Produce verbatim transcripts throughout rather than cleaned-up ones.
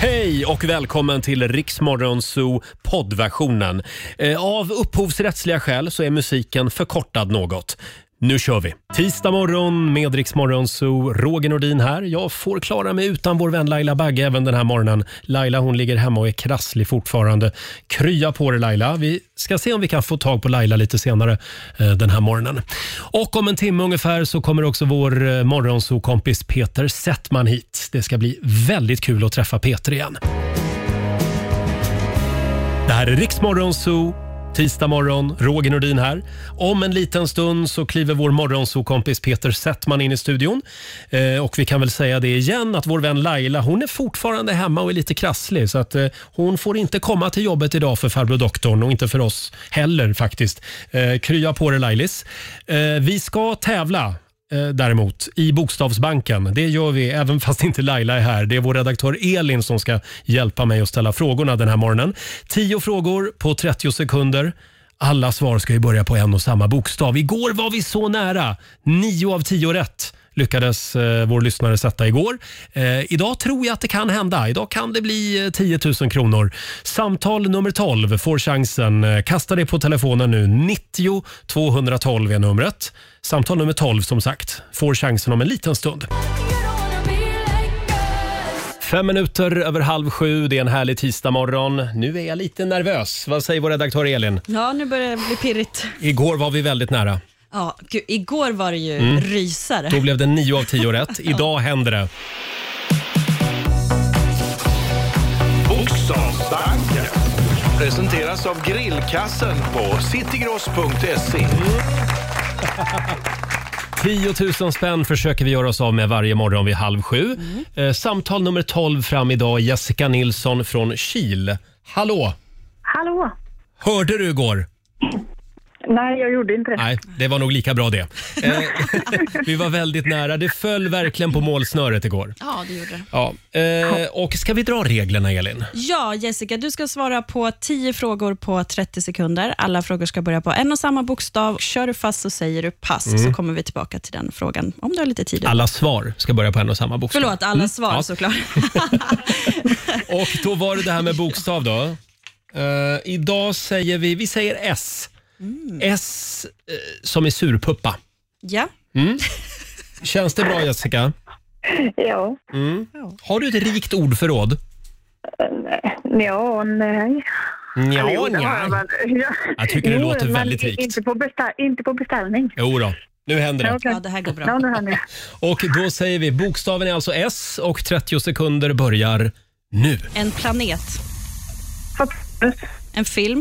Hej och välkommen till Riksmorgon Zoo poddversionen. Eh, av upphovsrättsliga skäl så är musiken förkortad något. Nu kör vi. Tisdag morgon med Riksmorgon Zoo. Roger Nordin här. Jag får klara mig utan vår vän Laila Bagge även den här morgonen. Laila hon ligger hemma och är krasslig fortfarande. Krya på dig Laila. Vi ska se om vi kan få tag på Laila lite senare eh, den här morgonen. Och om en timme ungefär så kommer också vår eh, morgonzoo-kompis Peter Settman hit. Det ska bli väldigt kul att träffa Peter igen. Det här är Riksmorgon Zoo. Tisdag morgon, Roger Nordin här. Om en liten stund så kliver vår morgonzoo-kompis Peter Settman in i studion. Eh, och vi kan väl säga det igen att vår vän Laila, hon är fortfarande hemma och är lite krasslig. Så att eh, hon får inte komma till jobbet idag för farbror doktorn och inte för oss heller faktiskt. Eh, krya på det Lailis. Eh, vi ska tävla. Däremot i Bokstavsbanken. Det gör vi även fast inte Laila är här. Det är vår redaktör Elin som ska hjälpa mig att ställa frågorna den här morgonen. Tio frågor på trettio sekunder. Alla svar ska ju börja på en och samma bokstav. Igår var vi så nära. Nio av tio rätt lyckades eh, vår lyssnare sätta igår. Eh, idag tror jag att det kan hända. Idag kan det bli tio tusen kronor. Samtal nummer tolv får chansen. Eh, kasta det på telefonen nu. nittio tvåhundratolv är numret. Samtal nummer tolv som sagt får chansen om en liten stund. Fem minuter över halv sju, det är en härlig tisdagmorgon. Nu är jag lite nervös. Vad säger vår redaktör Elin? Ja, nu börjar det bli pirrigt. Igår var vi väldigt nära. Ja, gud, igår var det ju mm. rysare. Då blev det nio av tio rätt. Idag händer det. Bokstavsbanken presenteras av Grillkassen på citygross punkt se. tio tusen spänn försöker vi göra oss av med varje morgon vid halv sju. Mm. Eh, samtal nummer tolv fram idag, Jessica Nilsson från Kil. Hallå! Hallå! Hörde du igår? Nej, jag gjorde inte det. Nej, det var nog lika bra det. Eh, vi var väldigt nära. Det föll verkligen på målsnöret igår. Ja, det gjorde det. Ja. Eh, och ska vi dra reglerna, Elin? Ja, Jessica, du ska svara på tio frågor på trettio sekunder. Alla frågor ska börja på en och samma bokstav. Kör du fast så säger du pass, mm. så kommer vi tillbaka till den frågan om du har lite tid. Alla svar ska börja på en och samma bokstav. Förlåt, alla mm. svar ja. såklart. Och då var det det här med bokstav då. Uh, idag säger vi, vi säger S. Mm. S eh, som är surpuppa. Ja. Mm. Känns det bra, Jessica? Ja. Mm. Har du ett rikt ordförråd? Uh, ja, nej. Ja, jo, nej. Jag, jag tycker det jo, låter väldigt rikt. Inte på, beställ, inte på beställning. Jo då, nu händer det. Ja, det här går bra. Ja, nu händer det. Och då säger vi, bokstaven är alltså S och trettio sekunder börjar nu. En planet. Hoppus. En film.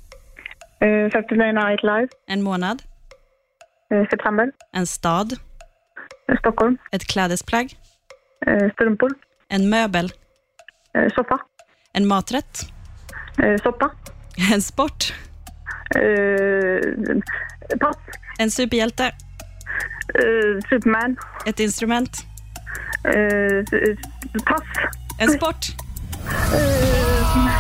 Uh, Saturday Night Live. En månad. Uh, september. En stad. Uh, Stockholm. Ett klädesplagg. Uh, strumpor. En möbel. Uh, soffa. En maträtt. Uh, soppa. En sport. Uh, pass. En superhjälte. Uh, Superman. Ett instrument. Uh, pass. En sport. Uh,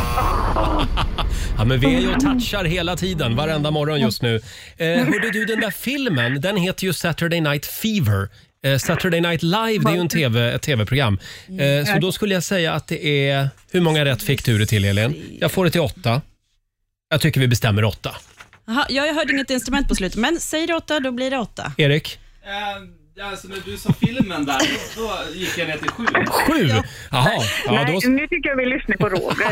Ja, men vi är ju och touchar hela tiden, varenda morgon just nu. Eh, hörde du, den där filmen, den heter ju Saturday Night Fever. Eh, Saturday Night Live, det är ju en TV, ett tv-program. Eh, så då skulle jag säga att det är... Hur många rätt fick du det till, Elin? Jag får det till åtta. Jag tycker vi bestämmer åtta. Aha, jag hörde inget instrument på slutet, men säg det åtta, då blir det åtta. Erik? Uh... Alltså när du sa filmen där, då, då gick jag ner till sju. Sju? Ja. Jaha. Ja, nej, då... nu tycker jag vi lyssnar på Roger.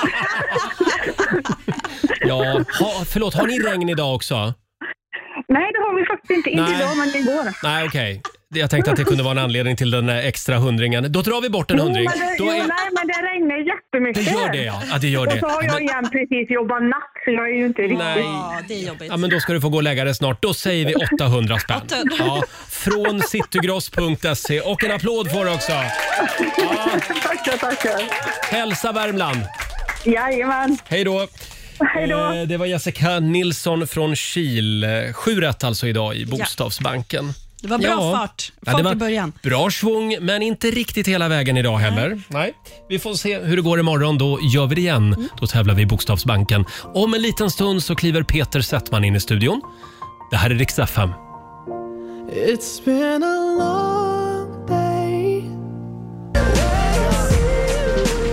ja, ha, förlåt, har ni regn idag också? Nej, det har vi faktiskt inte. Inte idag, men det går. Nej, okej. Okay. Jag tänkte att det kunde vara en anledning till den extra hundringen. Då drar vi bort en hundring. Jo, men det, Då är... jo, nej, men det regnar jättemycket. Det gör det, ja. Ja, det gör det. Och så har jag men... igen precis jobbat natt, så jag är ju inte riktigt... Nej. Ja, det är jobbigt. Ja, men då ska du få gå och lägga det snart. Då säger vi åttahundra spänn. åttahundra. Ja, från citygross punkt se. Och en applåd får du också. Ja. Tackar, tackar. Hälsa Värmland. Jajamän. Hej då. Hej då. Eh, det var Jessica Nilsson från Kil. Sju rätt alltså idag i Bokstavsbanken. Ja. Det var bra ja. fart. Fart ja, det var i början. Bra svung, men inte riktigt hela vägen idag heller. Nej. Nej. Vi får se hur det går imorgon. Då gör vi det igen. Mm. Då tävlar vi i Bokstavsbanken. Om en liten stund så kliver Peter Settman in i studion. Det här är Rix F M. It's been a long day.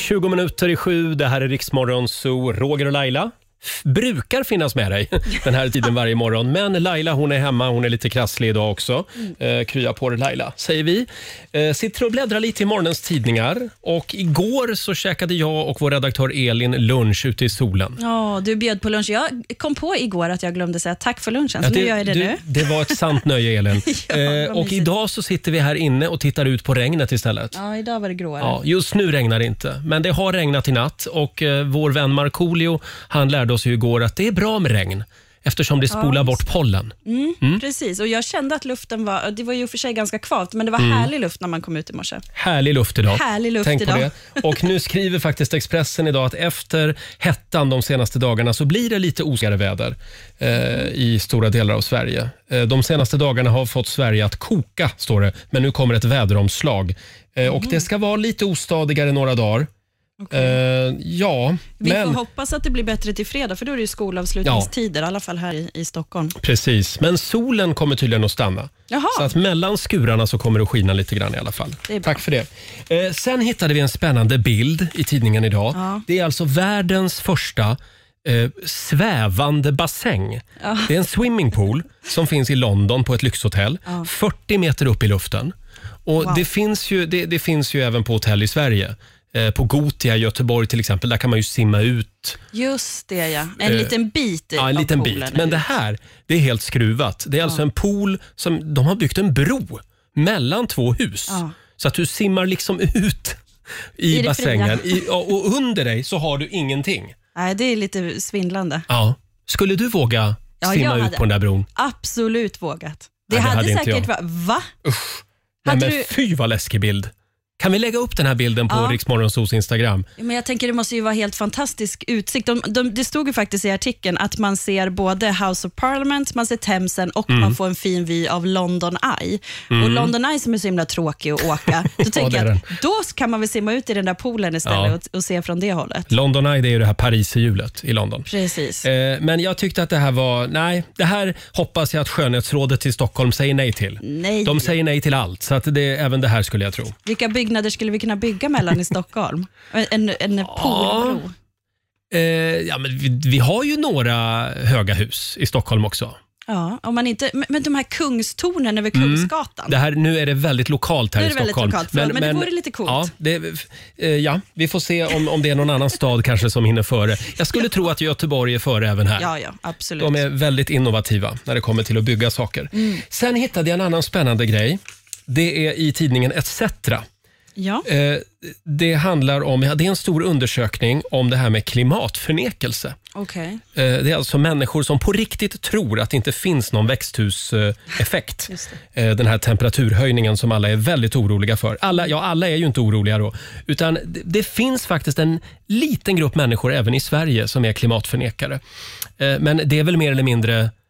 tjugo minuter i sju, det här är Riksmorgon Zoo. Roger och Laila f- brukar finnas med dig den här tiden varje morgon. Men Laila, hon är hemma, hon är lite krasslig idag också. Eh, krya på dig Laila, säger vi. Eh, sitter och bläddrar lite i morgonens tidningar. Och igår så käkade jag och vår redaktör Elin lunch ute i solen. Ja, du bjöd på lunch. Jag kom på igår att jag glömde säga tack för lunchen, så Ja, nu gör jag det du, nu. Det var ett sant nöje, Elin. Ja, eh, vad och mysigt. idag så sitter vi här inne och tittar ut på regnet istället. Ja, idag var det gråare. Ja, just nu regnar det inte, men det har regnat i natt och eh, vår vän Markoolio, han lärde oss ju igår att det är bra med regn eftersom det spolar Ja, bort pollen. Mm, mm. Precis, och jag kände att luften var, det var ju för sig ganska kvavt, men det var Mm. härlig luft när man kom ut i morse. Härlig luft idag. Härlig luft Tänk idag. på det. Och nu skriver faktiskt Expressen idag att efter hettan de senaste dagarna så blir det lite osigare väder eh, i stora delar av Sverige. Eh, de senaste dagarna har fått Sverige att koka, står det, men nu kommer ett väderomslag. Eh, och det ska vara lite ostadigare några dagar. Okay. Eh, ja, Vi men... får hoppas att det blir bättre till fredag, för då är det ju skolavslutningstider, ja. I alla fall här i, i Stockholm. Precis, men solen kommer tydligen att stanna. Jaha. Så att mellan skurarna så kommer det att skina lite grann i alla fall. Det är bra. Tack för det. Eh, sen hittade vi en spännande bild i tidningen idag. Ja. Det är alltså världens första eh, svävande bassäng. Ja. Det är en swimmingpool som finns i London på ett lyxhotell. Ja. fyrtio meter upp i luften. Och Wow. det, finns ju, det, det finns ju även på hotell i Sverige. Eh, på Gothia i Göteborg till exempel, där kan man ju simma ut. Just det, ja. En Eh, liten bit Ja, en av liten poolen bit. är Men ut. det här, det är helt skruvat. Det är alltså en pool som de har byggt en bro mellan två hus. Ja. Så att du simmar liksom ut i, I det bassängen. fria. I, och under dig så har du ingenting. Nej, det är lite svindlande. Ja. Skulle du våga Ja, simma jag ut hade- på den där bron? Absolut vågat. Det, Nej, det hade, hade inte säkert jag. varit... Va? Nej, Hade men du- fy vad läskig bild. Kan vi lägga upp den här bilden på Ja. Riksmorgonsos Instagram? Men jag tänker det måste ju vara helt fantastisk utsikt. De, de, det stod ju faktiskt i artikeln att man ser både House of Parliament, man ser Themsen och Mm. man får en fin vy av London Eye. Och London Eye som är så himla tråkig att åka, då tänker det är jag den. att då kan man väl simma ut i den där poolen istället Ja. och, och se från det hållet. London Eye, det är ju det här Pariserhjulet i London. Precis. Eh, men jag tyckte att det här var, nej, det här hoppas jag att skönhetsrådet i Stockholm säger nej till. Nej. De säger nej till allt, så att det, även det här skulle jag tro. Vilka byggnader skulle vi kunna bygga mellan i Stockholm? En, en poolbro. Eh, ja, men vi, vi har ju några höga hus i Stockholm också. Ja, om man inte, men- men de här kungstornen över Kungsgatan. Det här, nu är det väldigt lokalt här Nu är i det väldigt Stockholm. lokalt, förlåt, men det vore lite coolt. Ja, det, eh, ja, vi får se om, om det är någon annan stad kanske som hinner före. Jag skulle tro att Göteborg är före även här. Ja, ja, absolut. De är väldigt innovativa när det kommer till att bygga saker. Mm. Sen hittade jag en annan spännande grej. Det är i tidningen et cetera. Ja. Eh, det handlar om, ja, det är en stor undersökning om det här med klimatförnekelse. Okej. Eh, det är alltså människor som på riktigt tror att det inte finns någon växthuseffekt. Just Eh, den här temperaturhöjningen som alla är väldigt oroliga för. Alla, ja, alla är ju inte oroliga då. Utan det, det finns faktiskt en liten grupp människor även i Sverige som är klimatförnekare. Eh, men det är väl mer eller mindre eh,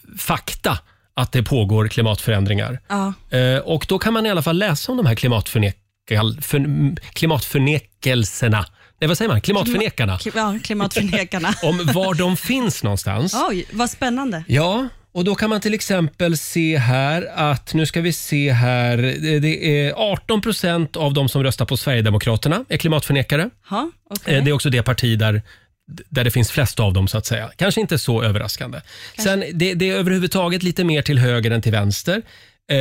fakta att det pågår klimatförändringar. Ja. Eh, och då kan man i alla fall läsa om de här klimatförnekal, för, klimatförnekelserna. Nej, vad säger man? Klimatförnekarna. Kli- Ja, klimatförnekarna. Om var de finns någonstans. Oj, vad spännande. Ja, och då kan man till exempel se här att, nu ska vi se här, det- det är arton procent av de som röstar på Sverigedemokraterna är klimatförnekare. Ha, okej. Eh, Det är också det parti där, där det finns flest av dem så att säga. Kanske inte så överraskande. Sen, det, det är överhuvudtaget lite mer till höger än till vänster. Eh,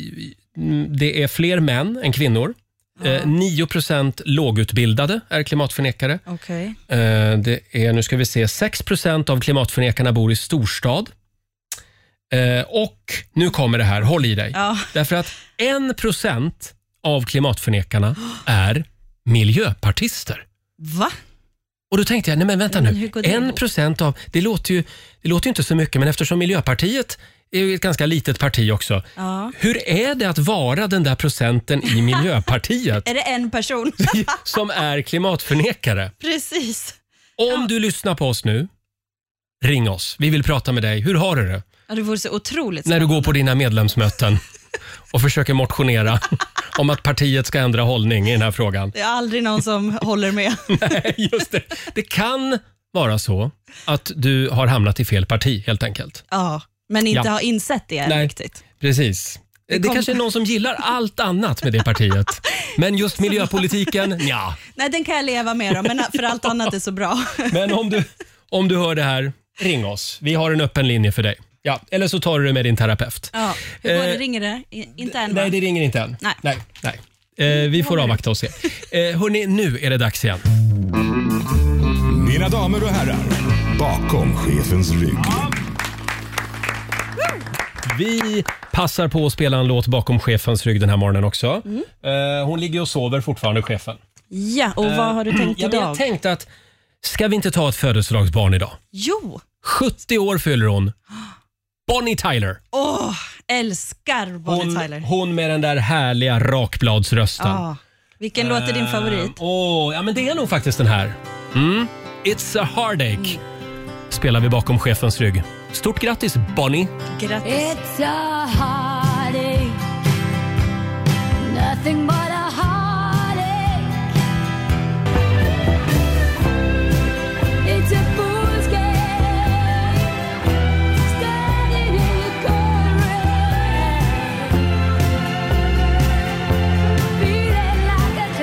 det är fler män än kvinnor. Eh, nio procent lågutbildade är klimatförnekare. Okej. Eh, det är, nu ska vi se, sex procent av klimatförnekarna bor i storstad. Eh, och nu kommer det här, håll i dig. Ja. Därför att en procent av klimatförnekarna är miljöpartister. Va? Och då tänkte jag, nej men vänta Men nu. hur går det En ihop? procent av, det låter ju det låter ju inte så mycket, men eftersom Miljöpartiet är ju ett ganska litet parti också. Ja. Hur är det att vara den där procenten i Miljöpartiet Är det en person? som är klimatförnekare? Precis. Om du lyssnar på oss nu, ring oss. Vi vill prata med dig. Hur har du det Ja, det vore så otroligt när du spännande. går på dina medlemsmöten och försöker motionera om att partiet ska ändra hållning i den här frågan? Det är aldrig någon som håller med. Nej, just det. Det kan vara så att du har hamnat i fel parti helt enkelt. Ja, men inte Ja. har insett det Nej. riktigt. Precis. Det, det kanske är någon som gillar allt annat med det partiet. Men just miljöpolitiken, ja. Nej, den kan jag leva med då, men för allt annat är så bra. Men om du, om du hör det här, ring oss. Vi har en öppen linje för dig. Ja, eller så tar du det med din terapeut. Ja, hur går det? Eh, Ringer det? I- Inte än, va? Nej, det ringer inte än. Nej. nej, nej. Eh, vi får avvakta och se. Eh, hörni, nu är det dags igen. Mina damer och herrar, bakom chefens rygg. Vi passar på att spela en låt bakom chefens rygg den här morgonen också. Mm. Eh, hon ligger och sover fortfarande, chefen. Ja, och vad har du tänkt Ja, men idag? jag tänkte att, ska vi inte ta ett födelsedagsbarn idag? Jo! sjuttio år fyller hon. Bonnie Tyler. Åh, älskar Bonnie Hon, Tyler. hon med den där härliga rakbladsrösten. Ja. Vilken låt är din favorit? Åh, ja men det är nog faktiskt den här. Mm. It's a heartache. Spelar vi bakom chefens rygg. Stort grattis Bonnie. Grattis. It's a heartache, nothing but a heartache. It's a fool's game, standing in the cold rain, feeling like a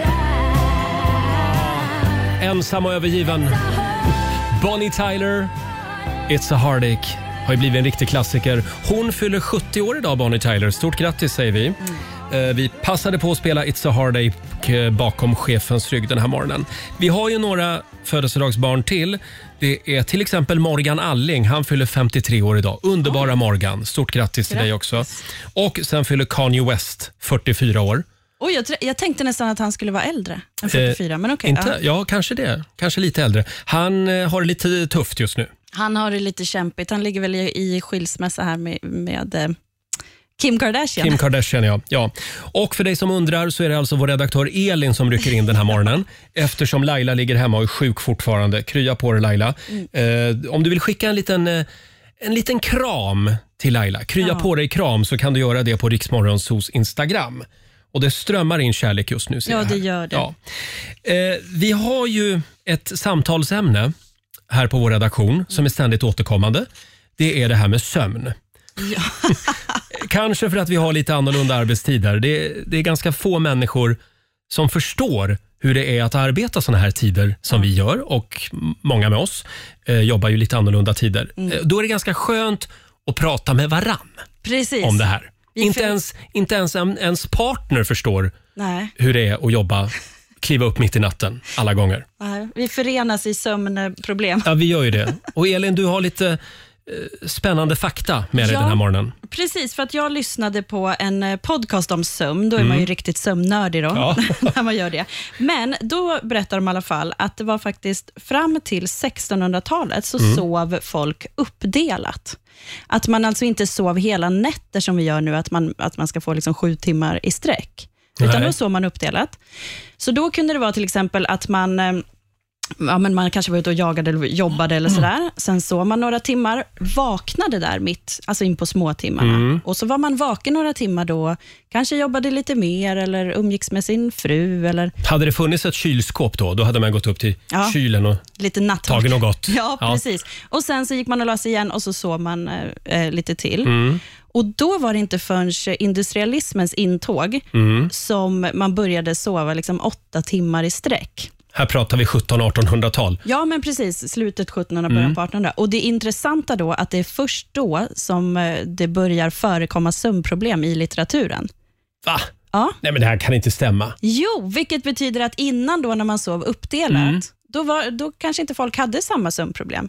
clown. Ensam och övergiven. Bonnie Tyler. It's a heartache. Har ju blivit en riktig klassiker. Hon fyller sjuttio år idag, Bonnie Tyler. Stort grattis säger vi. Mm. Eh, vi passade på att spela It's a heartache bakom chefens rygg den här morgonen. Vi har ju några födelsedagsbarn till. Det är till exempel Morgan Alling. Han fyller femtiotre år idag. Underbara oh. Morgan. Stort grattis till grattis. dig också. Och sen fyller Kanye West fyrtiofyra år. Oj, jag, tr- jag tänkte nästan att han skulle vara äldre än fyrtiofyra, eh, men okej. Okay, ja. ja, kanske det. Kanske lite äldre. Han eh, har det lite tufft just nu. Han har det lite kämpigt. Han ligger väl i, i skilsmässa här med, med eh, Kim Kardashian. Kim Kardashian, ja. ja. Och för dig som undrar så är det alltså vår redaktör Elin som rycker in den här morgonen. Eftersom Laila ligger hemma och är sjuk fortfarande. Krya på dig Laila. Mm. Eh, om du vill skicka en liten, eh, en liten kram till Laila. Krya ja. på dig kram så kan du göra det på Riksmorgonsos Instagram. Och det strömmar in kärlek just nu. Ja, det gör det. Ja. Eh, vi har ju ett samtalsämne här på vår redaktion som är ständigt återkommande. Det är det här med sömn. Ja. Kanske för att vi har lite annorlunda arbetstider. Det, det är ganska få människor som förstår hur det är att arbeta såna här tider som ja. vi gör. Och många med oss eh, jobbar ju lite annorlunda tider. Mm. Eh, då är det ganska skönt att prata med varann Precis. om det här. Vi Inte för... ens, inte ens en, ens partner förstår Nej. hur det är att jobba, kliva upp mitt i natten alla gånger. Nej, vi förenas i sömnproblem. Ja, vi gör ju det. Och Elin, du har lite eh, spännande fakta med dig ja, den här morgonen. Precis, för att jag lyssnade på en podcast om sömn. Då är mm. man ju riktigt sömnnördig då, ja. när man gör det. Men då berättar de i alla fall att det var faktiskt fram till sextonhundratalet så mm. sov folk uppdelat. Att man alltså inte sov hela nätter som vi gör nu, att man, att man ska få liksom sju timmar i sträck. Utan Nej. då sov man uppdelat. Så då kunde det vara till exempel att man, ja, men man kanske var ute och jagade eller jobbade eller sådär. Sen sov man några timmar, vaknade där mitt, alltså in på småtimmarna. Mm. Och så var man vaken några timmar då, kanske jobbade lite mer eller umgicks med sin fru. Eller... Hade det funnits ett kylskåp då, då hade man gått upp till ja. kylen och lite tagit något gott. Ja, ja, precis. Och sen så gick man och la sig igen och så sov man äh, lite till. Mm. Och då var det inte förrän industrialismens intåg mm. som man började sova liksom åtta timmar i sträck. Här pratar vi sjutton-artonhundratal. Ja, men precis. Slutet sjuttonhundra, början mm. på artonhundra. Och det är intressanta då att det är först då som det börjar förekomma sömnproblem i litteraturen. Va? Ja. Nej, men det här kan inte stämma. Jo, vilket betyder att innan då när man sov uppdelat, mm. då, var, då kanske inte folk hade samma sömnproblem.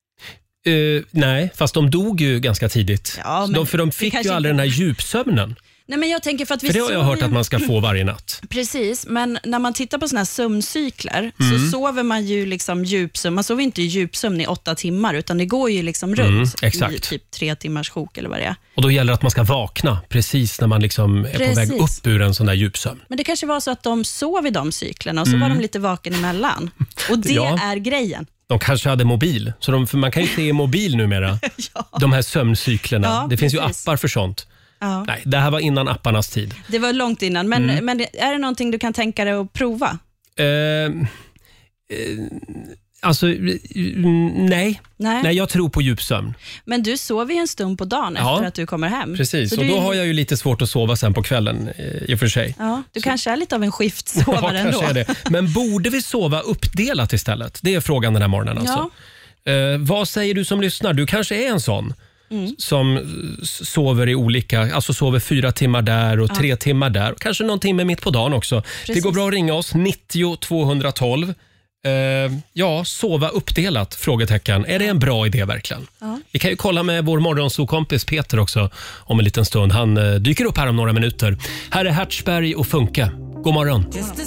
Uh, nej, fast de dog ju ganska tidigt. Ja, men de, för de fick ju aldrig inte... den här djupsömnen. Nej, men jag tänker för att vi för det har jag hört ju... att man ska få varje natt. Precis, men när man tittar på såna här sömncykler mm. så sover man ju liksom djupsömn. Man sover inte i djupsömn i åtta timmar utan det går ju liksom runt mm, i typ tre timmars sjok eller vad det är. Och då gäller det att man ska vakna precis när man liksom är precis. på väg upp ur en sån där djupsömn. Men det kanske var så att de sov i de cyklerna och så mm. var de lite vaken emellan. Och det ja. är grejen. De kanske hade mobil, så de, för man kan ju se i mobil numera, ja. de här sömncyklerna. Ja, det finns precis. ju appar för sånt. Ja. Nej, det här var innan apparnas tid. Det var långt innan, men, mm. men är det någonting du kan tänka dig att prova? Eh, eh, Alltså, mm, nej. Nej. nej, jag tror på djupsömn. Men du sover ju en stund på dagen Ja. efter att du kommer hem. Precis, Så och du, då har jag ju lite svårt att sova sen på kvällen eh, i och för sig. Ja, du kanske är lite av en Ja, skiftsovare ändå. kanske är det. Men borde vi sova uppdelat istället? Det är frågan den här morgonen. Alltså. Eh, vad säger du som lyssnar? Du kanske är en sån mm. som s- sover i olika, alltså sover fyra timmar där och ja. tre timmar där. Och kanske någon timme mitt på dagen också. Precis. Det går bra att ringa oss, nittio tvåhundratolv. Uh, ja, sova uppdelat? Frågetecken. Är det en bra idé verkligen? Ja. Vi kan ju kolla med vår morgonsokompis Peter också om en liten stund. Han uh, dyker upp här om några minuter. Här är Hertzberg och Funke. God morgon.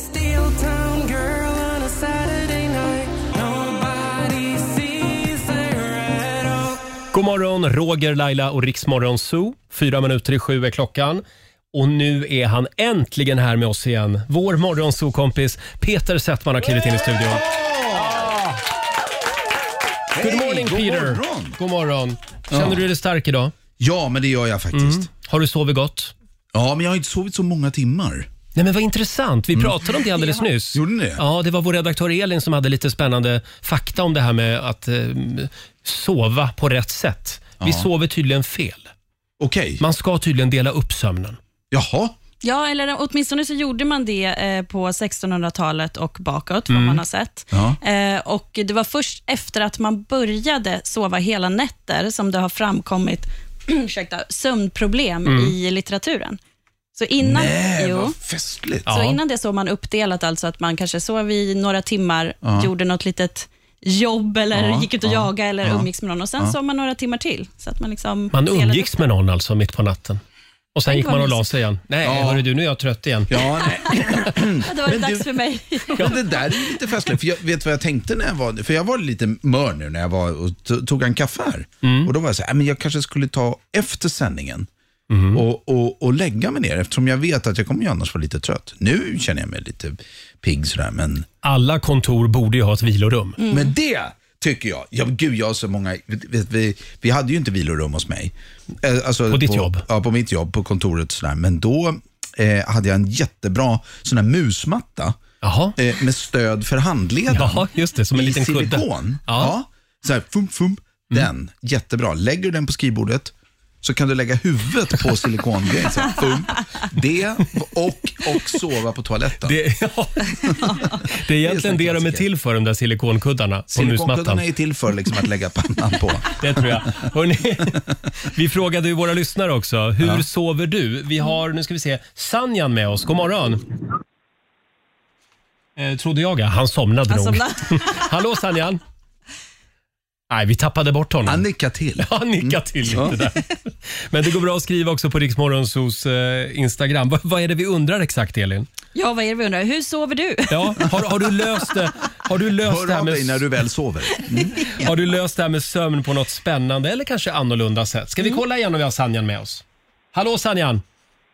God morgon, Roger, Laila och Riksmorgon Zoo. Fyra minuter i sju är klockan. Och nu är han äntligen här med oss igen. Vår morgonsokompis Peter Settman har klivit in i studion. Hey, Good morning, god Peter. Morgon. God morgon. Känner Ja. du dig stark idag? Ja, men det gör jag faktiskt. Mm. Har du sovit gott? Ja, men jag har inte sovit så många timmar. Nej, men vad intressant. Vi pratade om det alldeles Ja. nyss. Gjorde ni det? Ja, det var vår redaktör Elin som hade lite spännande fakta om det här med att eh, sova på rätt sätt. Vi Ja. sover tydligen fel. Okej. Man ska tydligen dela upp sömnen. Jaha. Ja, eller åtminstone så gjorde man det eh, på sextonhundratalet och bakåt, vad man har sett. Ja. Eh, och det var först efter att man började sova hela nätter som det har framkommit ursäkta, sömnproblem i litteraturen. Så innan, Nej, jo, vad festligt. Ja. så innan det sov man uppdelat, alltså att man kanske sov i några timmar, Ja. gjorde något litet jobb eller Ja, gick ut och ja, jagade eller ja. umgicks med någon och sen sov man några timmar till. Så att man liksom Man delade umgicks upp. med någon alltså mitt på natten. Och sen Tänk gick vad man och la mysigt. sig igen. Nej, Ja. hörru du, nu är jag trött igen. Ja, nej. Ja, då var det Men dags du- för mig. Men det där är lite festligt. För jag vet vad jag tänkte när jag var, för jag var lite mör nu när jag var och t- tog en kaffe här. Och då var jag så här, "Äh, men jag kanske skulle ta efter sändningen och, och, och lägga mig ner eftersom jag vet att jag kommer ju annars vara lite trött. Nu känner jag mig lite pigg sådär, men, Alla kontor borde ju ha ett vilorum. men det tycker jag. Ja, gud, jag har så många, vet, vi, vi hade ju inte vilorum hos mig. Eh, Alltså, På ditt jobb? Ja, på mitt jobb, på kontoret sådär. Men då eh, hade jag en jättebra sån här musmatta Jaha. eh, med stöd för handleden. Ja, just det, som en I liten kudde. silikon. Ja. Ja. Så här, fum, fum. Den, jättebra. Lägger du den på skrivbordet så kan du lägga huvudet på silikongrejen. Så här, fum. Det och, och sova på toaletten. Det, ja. det är egentligen Det det, är de sån är klassiker. till för, de där silikonkuddarna på musmattan. Silikonkuddarna är till för liksom, att lägga pannan på. Det tror jag. Hörrni, vi frågade ju våra lyssnare också. Hur Ja. sover du? Vi har, nu ska vi se, Sanjan med oss. God morgon. Eh, trodde jag, ja. Han somnade Han nog. somnade. Hallå Sanjan. Nej, vi tappade bort honom. Han nickar till. Han nickar till lite där. Men det går bra att skriva också på Riksmorgonsos eh, Instagram. Va, vad är det vi undrar exakt, Elin? Ja, vad är det vi undrar? Hur sover du? Ja, har, har du löst det? Har du löst det Hör här av med, dig när du väl sover. Mm. har du löst det här med sömn på något spännande eller kanske annorlunda sätt? Ska vi kolla igen om vi har Sanjan med oss? Hallå Sanjan.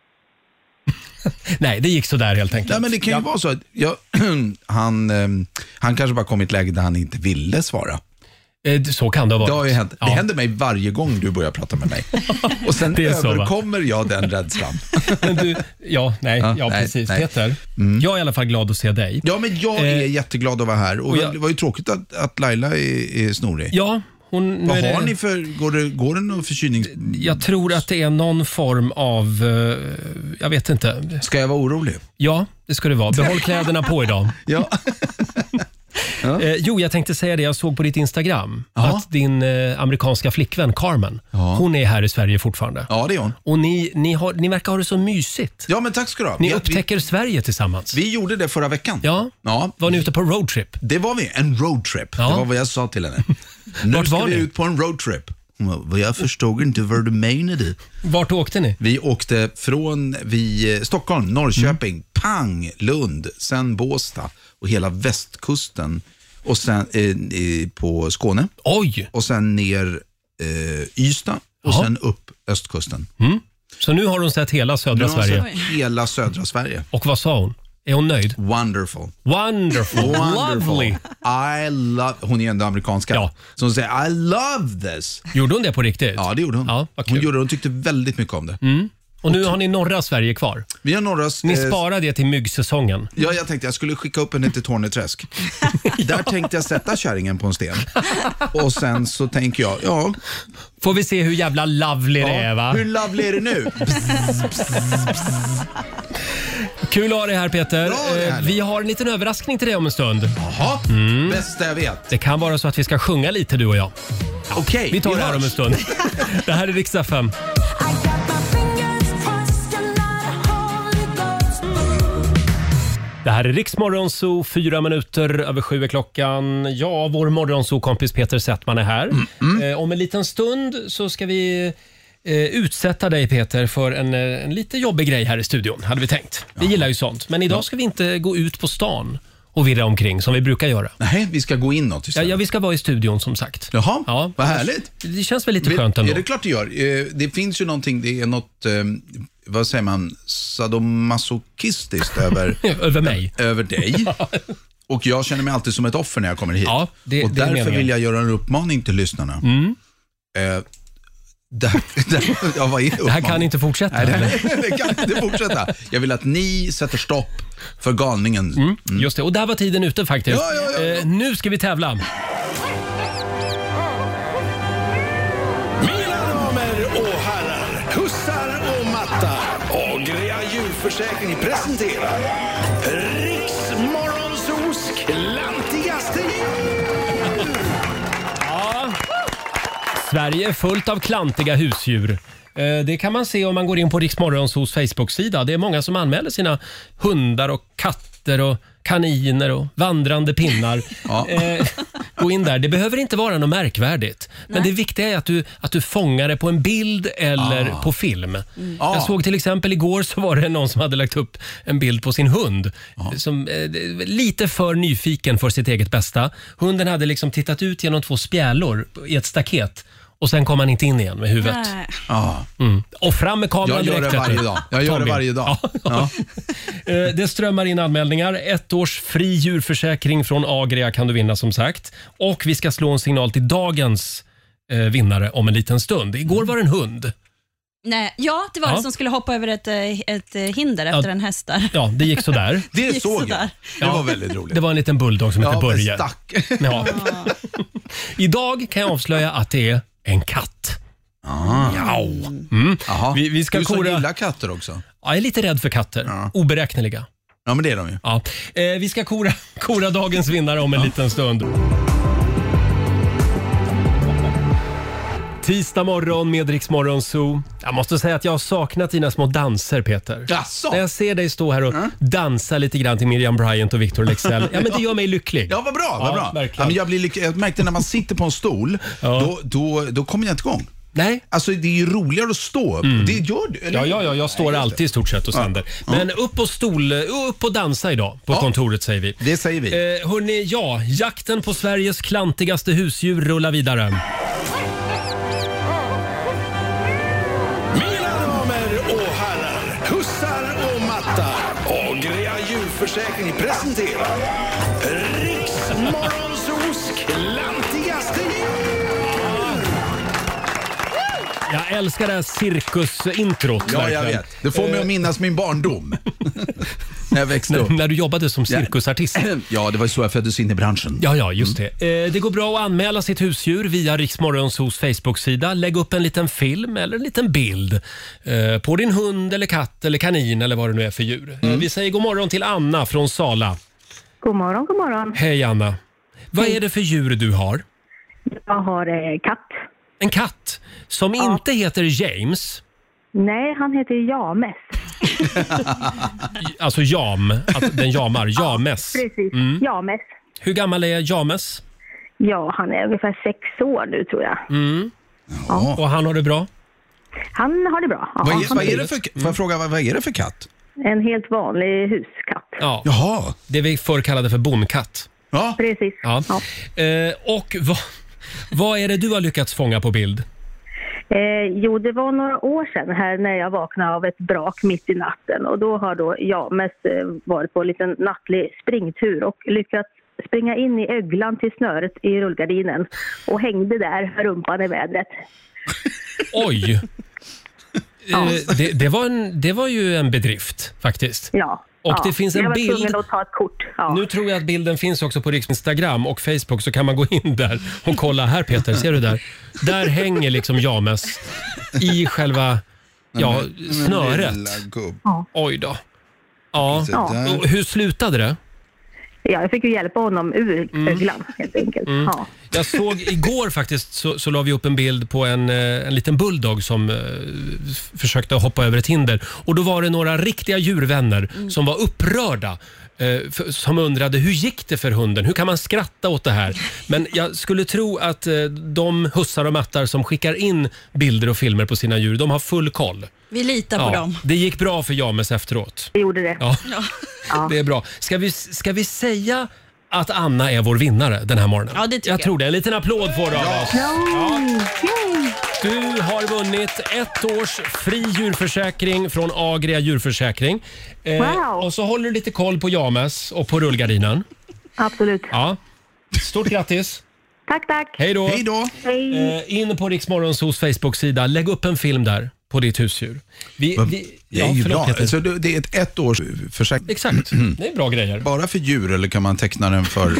Nej, det gick så där helt enkelt. Nej, men det kan ju Ja. vara så att jag, han, ehm, han kanske bara kom i ett läge där han inte ville svara. Eh, Så kan det ha varit. Det har ju hänt. Ja. Det händer mig varje gång du börjar prata med mig. Och sen Det är så, va? överkommer jag den rädslan. Men du, ja, nej, ja, Ja, nej, precis. nej. Peter, jag är i alla fall glad att se dig. Ja, men jag är Eh, jätteglad att vara här. Och och jag- det var ju tråkigt att, att Laila är, är snorig. Ja, hon, nu Vad är har det, ni för, går det, går det någon förkylnings... Jag tror att det är någon form av, eh, jag vet inte. Ska jag vara orolig? Ja, det ska det vara. Behåll kläderna på idag. Ja. Eh, jo, jag tänkte säga det. Jag såg på ditt Instagram Ja. att din eh, amerikanska flickvän Carmen, Ja. hon är här i Sverige fortfarande. Ja, det är hon. Och ni, ni, har, ni verkar ha det så mysigt. Ja, men tack ska du ha. Ni Vi- upptäcker Sverige tillsammans. Vi, vi gjorde det förra veckan. Ja. Ja. Var ni ute på roadtrip? Det var vi, en roadtrip. Ja. Det var vad jag sa till henne. Nu Vart ska var vi ni? ut på en roadtrip. Hon bara, "Vad jag förstod inte vad du menade." Vart åkte ni? Vi åkte från vi, eh, Stockholm, Norrköping, Mm. Pang, Lund, sen Båstad och hela västkusten och sen eh, eh, på Skåne Oj! och sen ner eh, Ystad och Jaha. sen upp östkusten. Så nu har hon sett hela södra Nu har jag Sverige. sett hela södra Sverige. Och vad sa hon? Är hon nöjd? Wonderful. Wonderful. Lovely. I love, hon är ändå amerikanska. Ja. Så hon säger I love this. Gjorde hon det på riktigt? Ja, det gjorde hon. Ja, vad hon kul. gjorde det. Hon tyckte väldigt mycket om det. Och nu har ni norra Sverige kvar. Vi har norra... Ni eh, sparar det till myggsäsongen. Ja, jag tänkte jag skulle skicka upp henne till Torneträsk. Där tänkte jag sätta kärringen på en sten. Och sen så tänker jag, ja... Får vi se hur jävla lovely ja det är, va? Hur lovely är det nu? Kul att ha dig här, Peter. Bra, det är Eh, vi har en liten överraskning till dig om en stund. Jaha, mm. bästa jag vet. Det kan vara så att vi ska sjunga lite, du och jag. Okej, okay, vi tar vi det här om en stund. Det här är Riksdag fem. Det här är Riks Morgonzoo, fyra minuter över sju är klockan. Ja, vår Morgonzoo-kompis Peter Settman är här. Mm, mm. Eh, om en liten stund så ska vi eh, utsätta dig, Peter, för en, en lite jobbig grej här i studion, hade vi tänkt. Vi ja. gillar ju sånt. Men idag ska vi inte gå ut på stan och virra omkring som vi brukar göra. Nej, vi ska gå inåt istället. Ja, ja, vi ska vara i studion som sagt. Jaha, ja, vad härligt. Det känns väl lite skönt ändå. Ja, det är klart det gör. Det finns ju någonting, det är något... vad säger man, sadomasochistiskt över, över mig. Över dig. Och jag känner mig alltid som ett offer när jag kommer hit. Ja, det, och det därför vill jag göra en uppmaning till lyssnarna. Mm. Eh, där, där, ja, vad är det här kan inte fortsätta. Nej, det, det kan inte fortsätta. Jag vill att ni sätter stopp för galningen. Mm. Mm. Just det, och där var tiden ute faktiskt. Ja, ja, ja, ja. Eh, nu ska vi tävla. Hussar och matta. Agria djurförsäkring presenterar Riks Morgonzoos klantigaste djur. Ja. Sverige är fullt av klantiga husdjur. Det kan man se om man går in på Riks Morgonzoos Facebook-sida. Det är många som anmäler sina hundar och katter och kaniner och vandrande pinnar. Ja. Eh, gå in där. Det behöver inte vara något märkvärdigt. Nej. Men det viktiga är att du, att du fångar det på en bild eller ah. på film. Mm. Ah. Jag såg till exempel igår så var det någon som hade lagt upp en bild på sin hund. Ah. Som eh, lite för nyfiken för sitt eget bästa. Hunden hade liksom tittat ut genom två spjälor i ett staket. Och sen kom han inte in igen med huvudet. Ja. Mm. Och fram med kameran direkt. Jag gör det varje dag. Jag gör det varje dag. Ja. Ja. Det strömmar in anmälningar. Ett års fri djurförsäkring från Agria kan du vinna som sagt. Och vi ska slå en signal till dagens eh, vinnare om en liten stund. Igår var det en hund. Nej, ja, det var ja. det som skulle hoppa över ett, ett hinder efter ja. en häst där. Ja, det gick sådär. Det gick såg sådär. jag. Det var väldigt roligt. Det var en liten bulldog som ja, heter Börje. Stack. Ja. Idag kan jag avslöja att det är en katt. Ah. Ja. Mm. Vi, vi ska du kora... så gillar katter också. Ja, jag är lite rädd för katter. Ja. Oberäkneliga. Ja, men det är de ju. Ja. Eh, vi ska kora, kora dagens vinnare om en ja. liten stund. Tisdag morgon med Riks Morgonzoo. Jag måste säga att jag har saknat dina små danser, Peter. Jaså? När jag ser dig stå här och mm. dansa lite grann till Miriam Bryant och Victor Leksell. Ja, men det gör mig lycklig. Ja, vad bra, vad ja, bra. Ja, men jag, blir lycklig. Jag märkte när man sitter på en stol, ja. då, då, då kommer jag inte igång. Nej. Alltså det är ju roligare att stå upp. Mm. Det gör du, eller? Ja, ja, ja, jag står Nej, alltid i stort sett och sänder. Ja. Men upp på stol, upp och dansa idag på ja. kontoret säger vi. Det säger vi. Eh, hörrni, ja, jakten på Sveriges klantigaste husdjur rullar vidare. Hussar och matta. Agria djurförsäkring presenterar Riks Morgonzoos klantigaste djur. Jag älskar det här cirkusintrot. Ja, jag vet. Det får mig att minnas min barndom. När jag växte upp. När du jobbade som cirkusartist. Ja, det var ju så jag föddes in i branschen. Ja, ja, just det. Mm. Det går bra att anmäla sitt husdjur via Riks Morgonzoos Facebook-sida. Lägg upp en liten film eller en liten bild på din hund eller katt eller kanin eller vad det nu är för djur. Mm. Vi säger god morgon till Anna från Sala. God morgon, god morgon. Hej Anna. Vad är det för djur du har? Jag har eh, katt. En katt som ja. inte heter James. Nej, han heter James. Alltså jam, att den jamar. James. Ja, precis, mm. James. Hur gammal är James? Ja, han är ungefär sex år nu tror jag. Mm. Ja. Och han har det bra? Han har det bra. Ja, vad är, vad är det för, får jag fråga, vad, vad är det för katt? En helt vanlig huskatt. Ja. Jaha. Det vi förr kallade för bonkatt. Ja. Precis. Ja. Ja. Eh, och vad, vad är det du har lyckats fånga på bild? Eh, jo, det var några år sedan här när jag vaknade av ett brak mitt i natten. Och då har då jag mest eh, varit på en liten nattlig springtur och lyckats springa in i öglan till snöret i rullgardinen. Och hängde där, rumpan i vädret. Oj! eh, det, det, var en, det var ju en bedrift faktiskt. Ja. Och ja. det finns en jag var bild. tvungen att ta ett kort. Ja. Nu tror jag att bilden finns också på Riks Instagram och Facebook, så kan man gå in där och kolla. Här Peter, ser du där? Där hänger liksom James i själva ja, snöret. Oj då. Ja. Och hur slutade det? Ja, jag fick ju hjälpa honom ur Mm. öglan helt enkelt. Mm. Ja. Jag såg igår faktiskt så, så la vi upp en bild på en, eh, en liten bulldog som eh, f- försökte hoppa över ett hinder. Och då var det några riktiga djurvänner Mm. som var upprörda. eh, f- Som undrade hur gick det för hunden? Hur kan man skratta åt det här? Men jag skulle tro att eh, de hussar och mattar som skickar in bilder och filmer på sina djur, de har full koll. Vi litar på dem. Det gick bra för James efteråt. Det gjorde det. Ja. Ja. Det är bra. Ska vi, ska vi säga att Anna är vår vinnare den här morgonen? Ja, det tycker jag. jag. tror det. En liten applåd får du av oss. Ja. Du har vunnit ett års fri djurförsäkring från Agria djurförsäkring. Eh, Wow. Och så håller du lite koll på James och på rullgardinen. Absolut. Ja. Stort grattis. Tack, tack. Hej då. Hej då. Hej. Eh, in på Rix Morgonzos Facebook-sida. Lägg upp en film där på ditt husdjur. Vi, vi, Det är ju förlåt, bra. Peter. Så det det är ett ett års försäkring. Exakt. Det är bra grejer. Bara för djur, eller kan man teckna den för...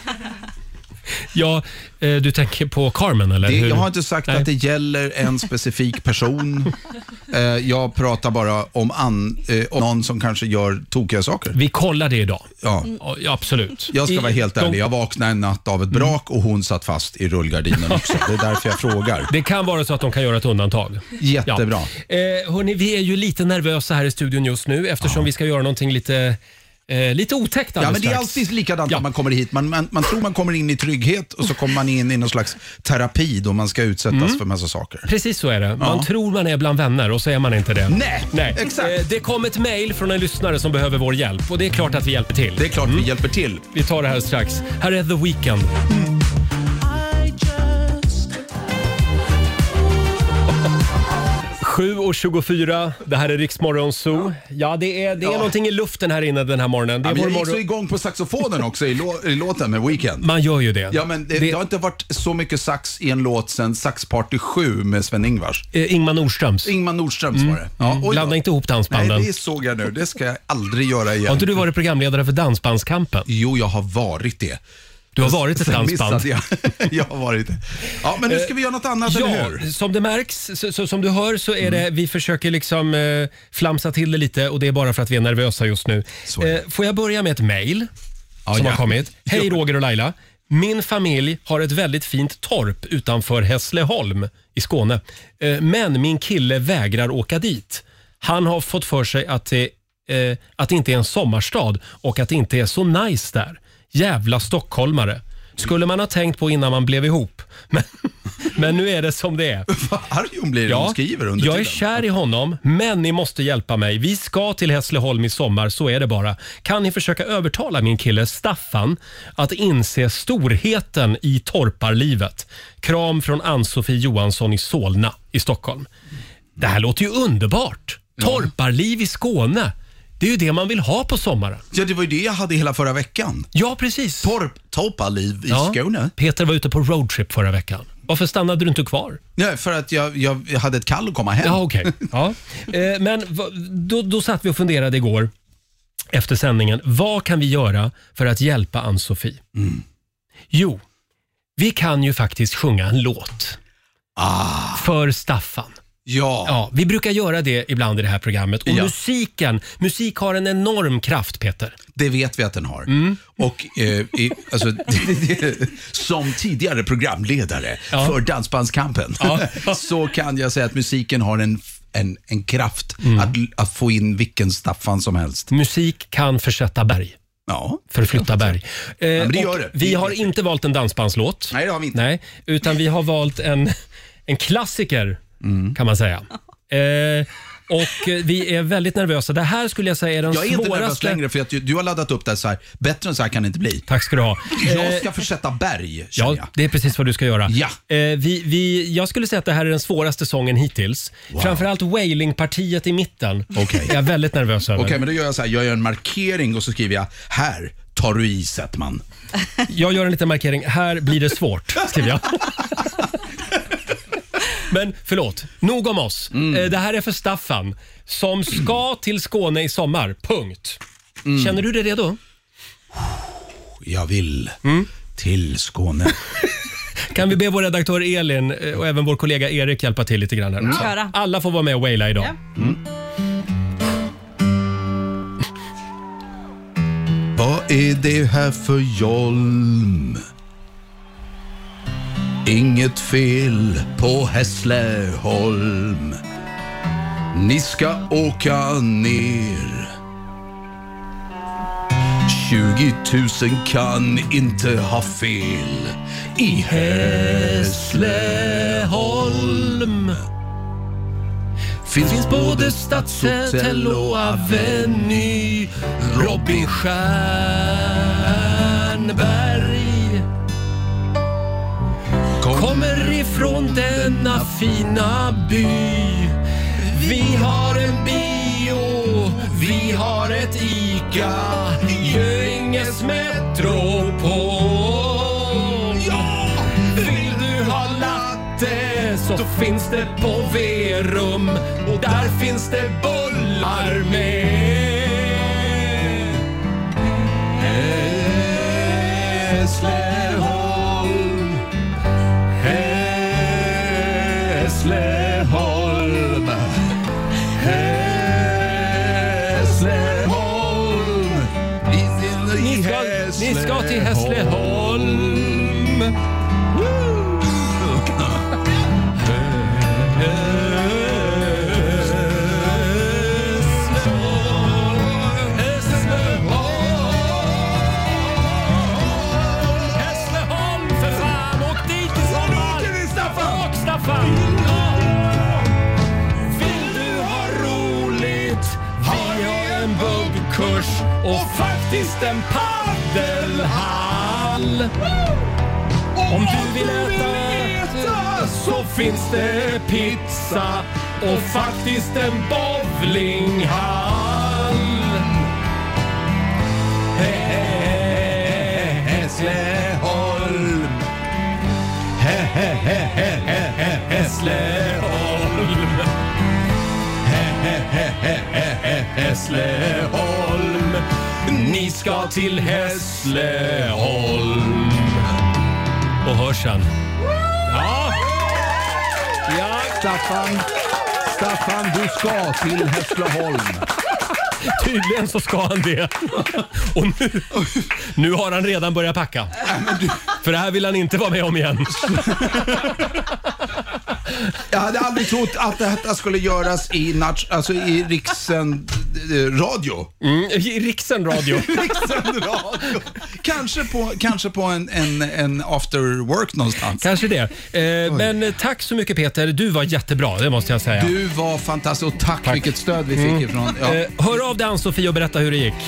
Ja, eh, du tänker på Carmen eller Det, hur? jag har inte sagt Nej. att det gäller en specifik person. Eh, jag pratar bara om, an, eh, om någon som kanske gör tokiga saker. Vi kollar det idag. Ja. Ja, absolut. Jag ska I- vara helt de- ärlig. Jag vaknade en natt av ett brak och hon satt fast i rullgardinen också. Det är därför jag frågar. Det kan vara så att de kan göra ett undantag. Jättebra. Ja. Eh, hörni, vi är ju lite nervösa här i studion just nu eftersom vi ska göra någonting lite, eh, lite otäckt Ja, alldeles men det är strax. alltid likadant Ja. när man kommer hit. Man, man, man tror man kommer in i trygghet och så kommer man in i någon slags terapi då man ska utsättas Mm. för massa saker. Precis så är det. Man Ja. tror man är bland vänner och så är man inte det. Nej, Nej. exakt. Eh, det kom ett mejl från en lyssnare som behöver vår hjälp och det är klart att vi hjälper till. Det är klart vi hjälper till. Vi tar det här strax. Här är The Weeknd. sju och tjugofyra, det här är Rix Morgon Zoo. Ja, det är, det är Ja. någonting i luften här inne den här morgonen. Det är Ja, men vår jag gick så morgon... igång på saxofonen också i, lå- i låten med Weekend. Man gör ju det. Ja, men det, Det- det har inte varit så mycket sax i en låt sen Saxparty sju med Sven-Ingvars. Eh, Ingmar Nordströms. Ingmar Nordströms var det. Ja, oj då. Blanda inte ihop dansbanden. Nej, det såg jag nu. Det ska jag aldrig göra igen. Har inte du varit programledare för Dansbandskampen? Jo, jag har varit det. Du har varit ett Sen dansband. missade Jag. jag har varit det. Ja, men nu ska vi göra något annat, eller Ja, hur? som det märks, så, så, som du hör så är det, vi försöker liksom eh, flamsa till det lite och det är bara för att vi är nervösa just nu. Så är det. Eh, får jag börja med ett mejl Ja, som ja. har kommit. Hej Roger och Laila. Min familj har ett väldigt fint torp utanför Hässleholm i Skåne. Eh, men min kille vägrar åka dit. Han har fått för sig att det, eh, att det inte är en sommarstad och att det inte är så nice där. Jävla stockholmare. Skulle man ha tänkt på innan man blev ihop. Men, men nu är det som det är. Vad arg hon blir när hon skriver under jag är tiden. kär i honom, men ni måste hjälpa mig. Vi ska till Hässleholm i sommar, så är det bara. Kan ni försöka övertala min kille Staffan att inse storheten i torparlivet? Kram från Ann-Sofie Johansson i Solna i Stockholm. Det här låter ju underbart. Torparliv i Skåne. Det är ju det man vill ha på sommaren. Ja, det var ju det jag hade hela förra veckan. Ja, precis. Torp, torparliv i Ja. Skåne. Peter var ute på roadtrip förra veckan. Varför stannade du inte kvar? Ja, för att jag, jag, jag hade ett kall att komma hem. Ja, okej. Ja. Eh, men va- då, då satt vi och funderade igår efter sändningen. Vad kan vi göra för att hjälpa Ann-Sofie? Mm. Jo, vi kan ju faktiskt sjunga en låt Ah, för Staffan. ja. Ja, vi brukar göra det ibland i det här programmet. Och Ja. musiken, musik har en enorm kraft, Peter. Det vet vi att den har. Mm. Och eh, i, alltså, det, det, som tidigare programledare Ja. för Dansbandskampen Ja. så kan jag säga att musiken har en, en, en kraft Mm. att, att få in vilken Staffan som helst. Musik kan försätta berg. Ja. Förflytta berg. Eh, men det och gör det. Vi Det har vet inte valt en dansbandslåt. Nej, det har vi inte. Nej, utan vi har valt en, en klassiker Mm. kan man säga. Eh, och eh, vi är väldigt nervösa. Det här skulle jag säga är den Jag är inte nervös svåraste... längre för att du, du har laddat upp det så här. Bättre än så här kan det inte bli. Tack ska du ha. Jag Eh, ska försätta berg, känner Ja, jag. det är precis vad du ska göra. Ja. Eh, vi, vi, jag skulle säga att det här är den svåraste sången hittills. Framförallt Wailing-partiet i mitten. Okej. är jag väldigt nervös över. Okej, men då gör jag så här. Jag gör en markering och så skriver jag här tar du i Settman. Jag gör en liten markering. Här blir det svårt, skriver jag. Men förlåt, nog om oss. Mm. Det här är för Staffan som ska till Skåne i sommar. Punkt. Mm. Känner du dig redo? Jag vill mm. till Skåne. Kan vi be vår redaktör Elin och även vår kollega Erik hjälpa till lite grann här? Mm. Så alla får vara med och waila idag. Ja. Mm. Vad är det här för jolm? Inget fel på Hässleholm. Ni ska åka ner. tjugo tusen kan inte ha fel i Hässleholm. Finns, Finns både Stadshotell och Aveny. Robin Stjernberg kommer ifrån denna fina by. Vi har en bio, vi har ett Ica, Göinges metropol. Ja! Vill du ha latte så finns det på Verum, och där finns det bullar med. Hässleholm, Hässleholm, Hässleholm. Ni ska, ni ska till Hässleholm. Och faktiskt en paddelhall. Om du vill äta så finns det pizza och faktiskt en bowlinghall. Hässleholm, Hässleholm, Hässleholm. Ni ska till Hässleholm. Och hörsan. Ja. Ja. Staffan, Staffan, du ska till Hässleholm. Tydligen så ska han det. Och nu, nu har han redan börjat packa. För det här vill han inte vara med om igen. Jag hade aldrig trott att detta skulle göras i, nat- alltså i Riksen eh, radio. Mm, i Riksen radio. Riksen radio. Kanske på, kanske på en, en, en after work någonstans. Kanske det. Eh, men tack så mycket Peter. Du var jättebra, det måste jag säga. Du var fantastisk och tack, tack. Vilket stöd vi fick mm. ifrån. Ja. Eh, hör av dig Ann-Sofie och berätta hur det gick.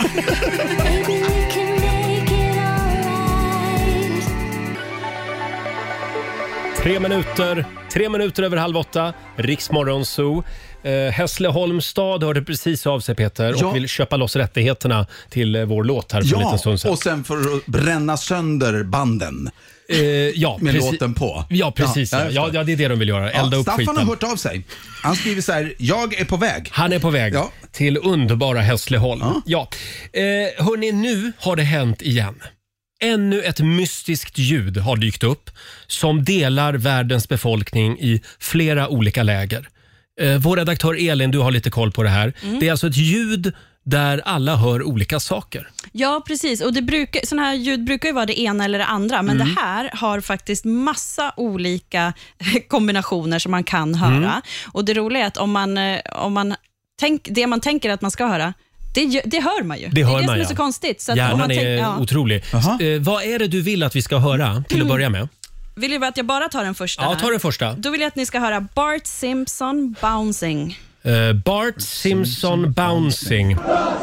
Tre minuter, tre minuter över halv åtta. Riksmorgon Zoo. Eh, Hässleholms stad hörde precis av sig Peter ja. och vill köpa loss rättigheterna till eh, vår låt här för ja, en liten stund sedan. Och sen för att bränna sönder banden. Eh, ja, med preci- låten på. Ja, precis. Ja, ja, ja, det är det de vill göra. Elda ja, upp Staffan skiten. har hört av sig. Han skriver så här: jag är på väg. Han är på väg ja. till underbara Hässleholm. Ja. Ja. Eh, hörni, nu har det hänt igen. Ännu ett mystiskt ljud har dykt upp som delar världens befolkning i flera olika läger. Eh, vår redaktör Elin, du har lite koll på det här. Mm. Det är alltså ett ljud där alla hör olika saker. Ja, precis. Och det brukar, såna här ljud brukar ju vara det ena eller det andra, men mm. det här har faktiskt massa olika kombinationer som man kan höra. Mm. Och det roliga är att om man, om man tänk, det man tänker att man ska höra, Det, det hör man ju. Det, hör det är det man, som är ja. så konstigt. Så att Hjärnan om man tänk, är ja. otrolig. Eh, vad är det du vill att vi ska höra till att börja med? Vill du att jag bara tar den första? Ja, ta den första. Då vill jag att ni ska höra Bart Simpson Bouncing. Uh, Bart Simpson Bouncing.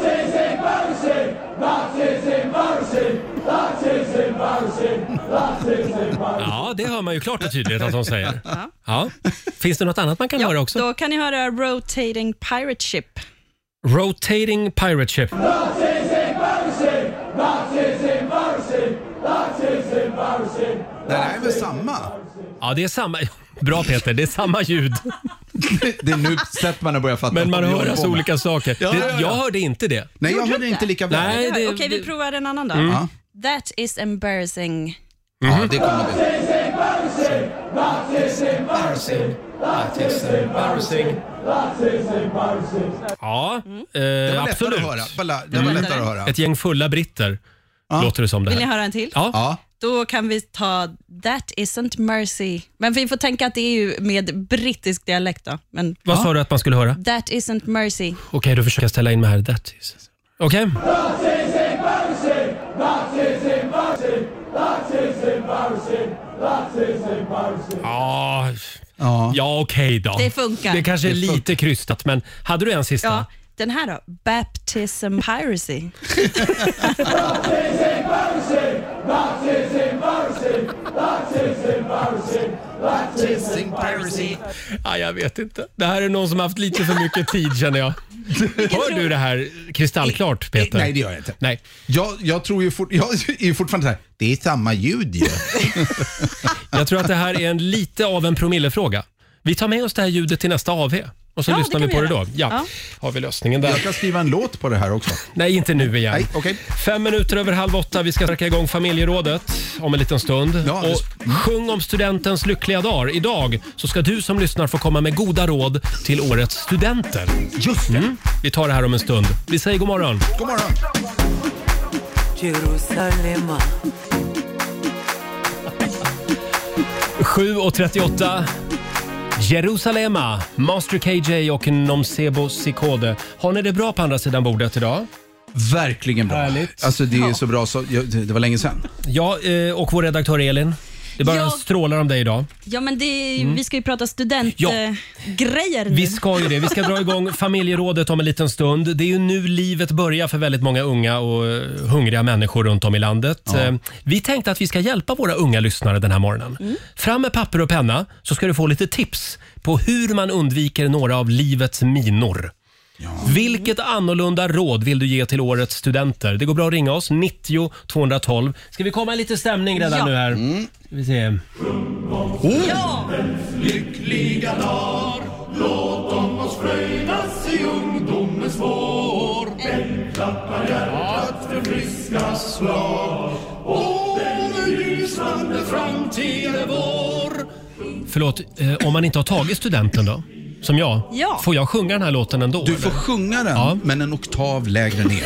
Ja, det hör man ju klart och tydligt att de säger. Ja. Ja. Finns det något annat man kan ja, höra också? Då kan ni höra Rotating Pirate Ship. Rotating Pirate Ship. Det här är väl samma? Ja, det är samma. Bra Peter, det är samma ljud. Det är nu sätt man har börjat fatta. Men man vad vi hör håller alltså på med. olika saker. Ja, det, ja, ja. Jag hörde inte det. Nej, jag hörde inte lika väl. Nej, det- Okej, vi provar en annan då. Mm. Ja. That is embarrassing. Ja, det kommer vi. Ja, eh, Det var absolut. lättare att höra. Balla- Det var lättare att höra. Ett gäng fulla britter Ja. låter det som det Vill ni här. höra en till? Ja. Ja. Då kan vi ta That isn't mercy. Men vi får tänka att det är ju med brittisk dialekt då. Men Vad sa du att man skulle höra? That isn't mercy. Okej, då försöker jag ställa in mig här. That is... Okej. Ja, Ja. ja okej då. Det funkar. Det kanske är Det funkar. lite krystat, men hade du en sista? Ja, den här då. Baptism piracy. Ja, jag vet inte. Det här är någon som har haft lite för mycket tid känner jag. Hör du det här kristallklart, Peter? Nej, det gör jag inte. Nej. Jag, jag tror ju fort, jag är ju fortfarande så här, det är samma ljud ju. Jag tror att det här är en lite av en promillefråga. Vi tar med oss det här ljudet till nästa A V och så Ja, lyssnar det vi kan på vi det då. göra. Ja. Ja. Har vi lösningen där. Jag kan skriva en låt på det här också. Nej, inte nu igen. Nej, okej. Fem minuter över halv åtta. Vi ska sträcka igång familjerådet om en liten stund. Ja, det- och sjung om studentens lyckliga dag. Idag så ska du som lyssnar få komma med goda råd till årets studenter. Just det. Mm. Vi tar det här om en stund. Vi säger god morgon. God morgon. Jerusalem. sju och trettioåtta. Jerusalema, Master K J och Nomsebo Sikode. Har ni det bra på andra sidan bordet idag? Verkligen bra. Härligt. Alltså det är så bra så, jag, det det var länge sedan. Ja, eh, och vår redaktör Elin. Det bara Jag- strålar om dig idag. Ja, men det är, ju- Mm. vi ska ju prata Ja. studentgrejer nu. Vi ska ju det. Vi ska dra igång familjerådet om en liten stund. Det är ju nu livet börjar för väldigt många unga och eh, hungriga människor runt om i landet. Ja. Eh, Vi tänkte att vi ska hjälpa våra unga lyssnare den här morgonen. Fram med papper och penna så ska du få lite tips på hur man undviker några av livets minor. Vilket annorlunda råd vill du ge till årets studenter? Det går bra att ringa oss, nittio tvåhundratolv. Ska vi komma i lite stämning redan Ja. nu här? Ska vi se. Ja! Lyckliga dagar, låt dem oss fröjdas i ungdomens vår. En klappar hjärtat för friska slag. Och den lysande framtid är vår. Förlåt, eh, om man inte har tagit studenten då? Som jag? Ja. Får jag sjunga den här låten ändå? Du får eller? sjunga den, Ja. men en oktav lägre ner.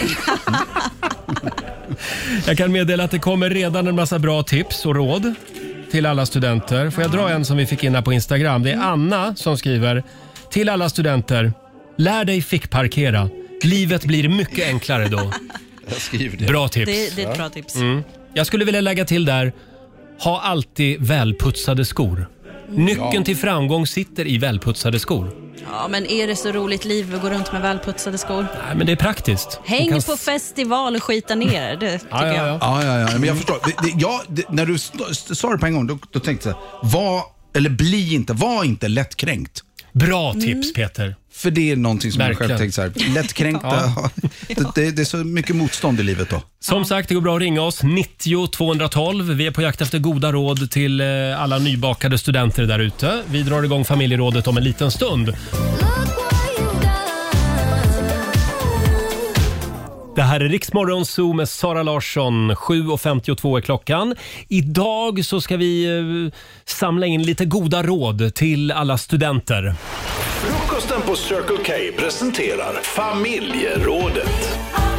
Jag kan meddela att det kommer redan en massa bra tips och råd till alla studenter. Får jag dra en som vi fick in här på Instagram? Det är Anna som skriver: till alla studenter, lär dig fickparkera. Livet blir mycket enklare då. Jag skriver det. Bra tips. Det, det är ett bra tips. Mm. Jag skulle vilja lägga till där, ha alltid välputsade skor. Nyckeln Ja. till framgång sitter i välputsade skor. Ja, men är det så roligt liv att gå runt med välputsade skor? Nej, men det är praktiskt. Häng Man kan på s- festival och skita ner, det tycker Ja, ja, jag. ja. Ja, ja, ja, men jag förstår. Det, det, ja, det, när du st- st- sa det på en gång, då, då tänkte jag, var, eller bli inte, var inte lättkränkt. Bra tips Peter. För det är någonting som Verkligen. jag själv tänkt så här, lättkränkta, det, det, det är så mycket motstånd i livet då. Som sagt, det går bra att ringa oss. nittio tvåhundratolv. Vi är på jakt efter goda råd till eh, alla nybakade studenter där ute. Vi drar igång familjerådet om en liten stund. Det här är Riksmorgon Zoo med Sara Larsson. sju och femtiotvå är klockan. Idag så ska vi eh, samla in lite goda råd till alla studenter. Frukosten på Circle K presenterar familjerådet.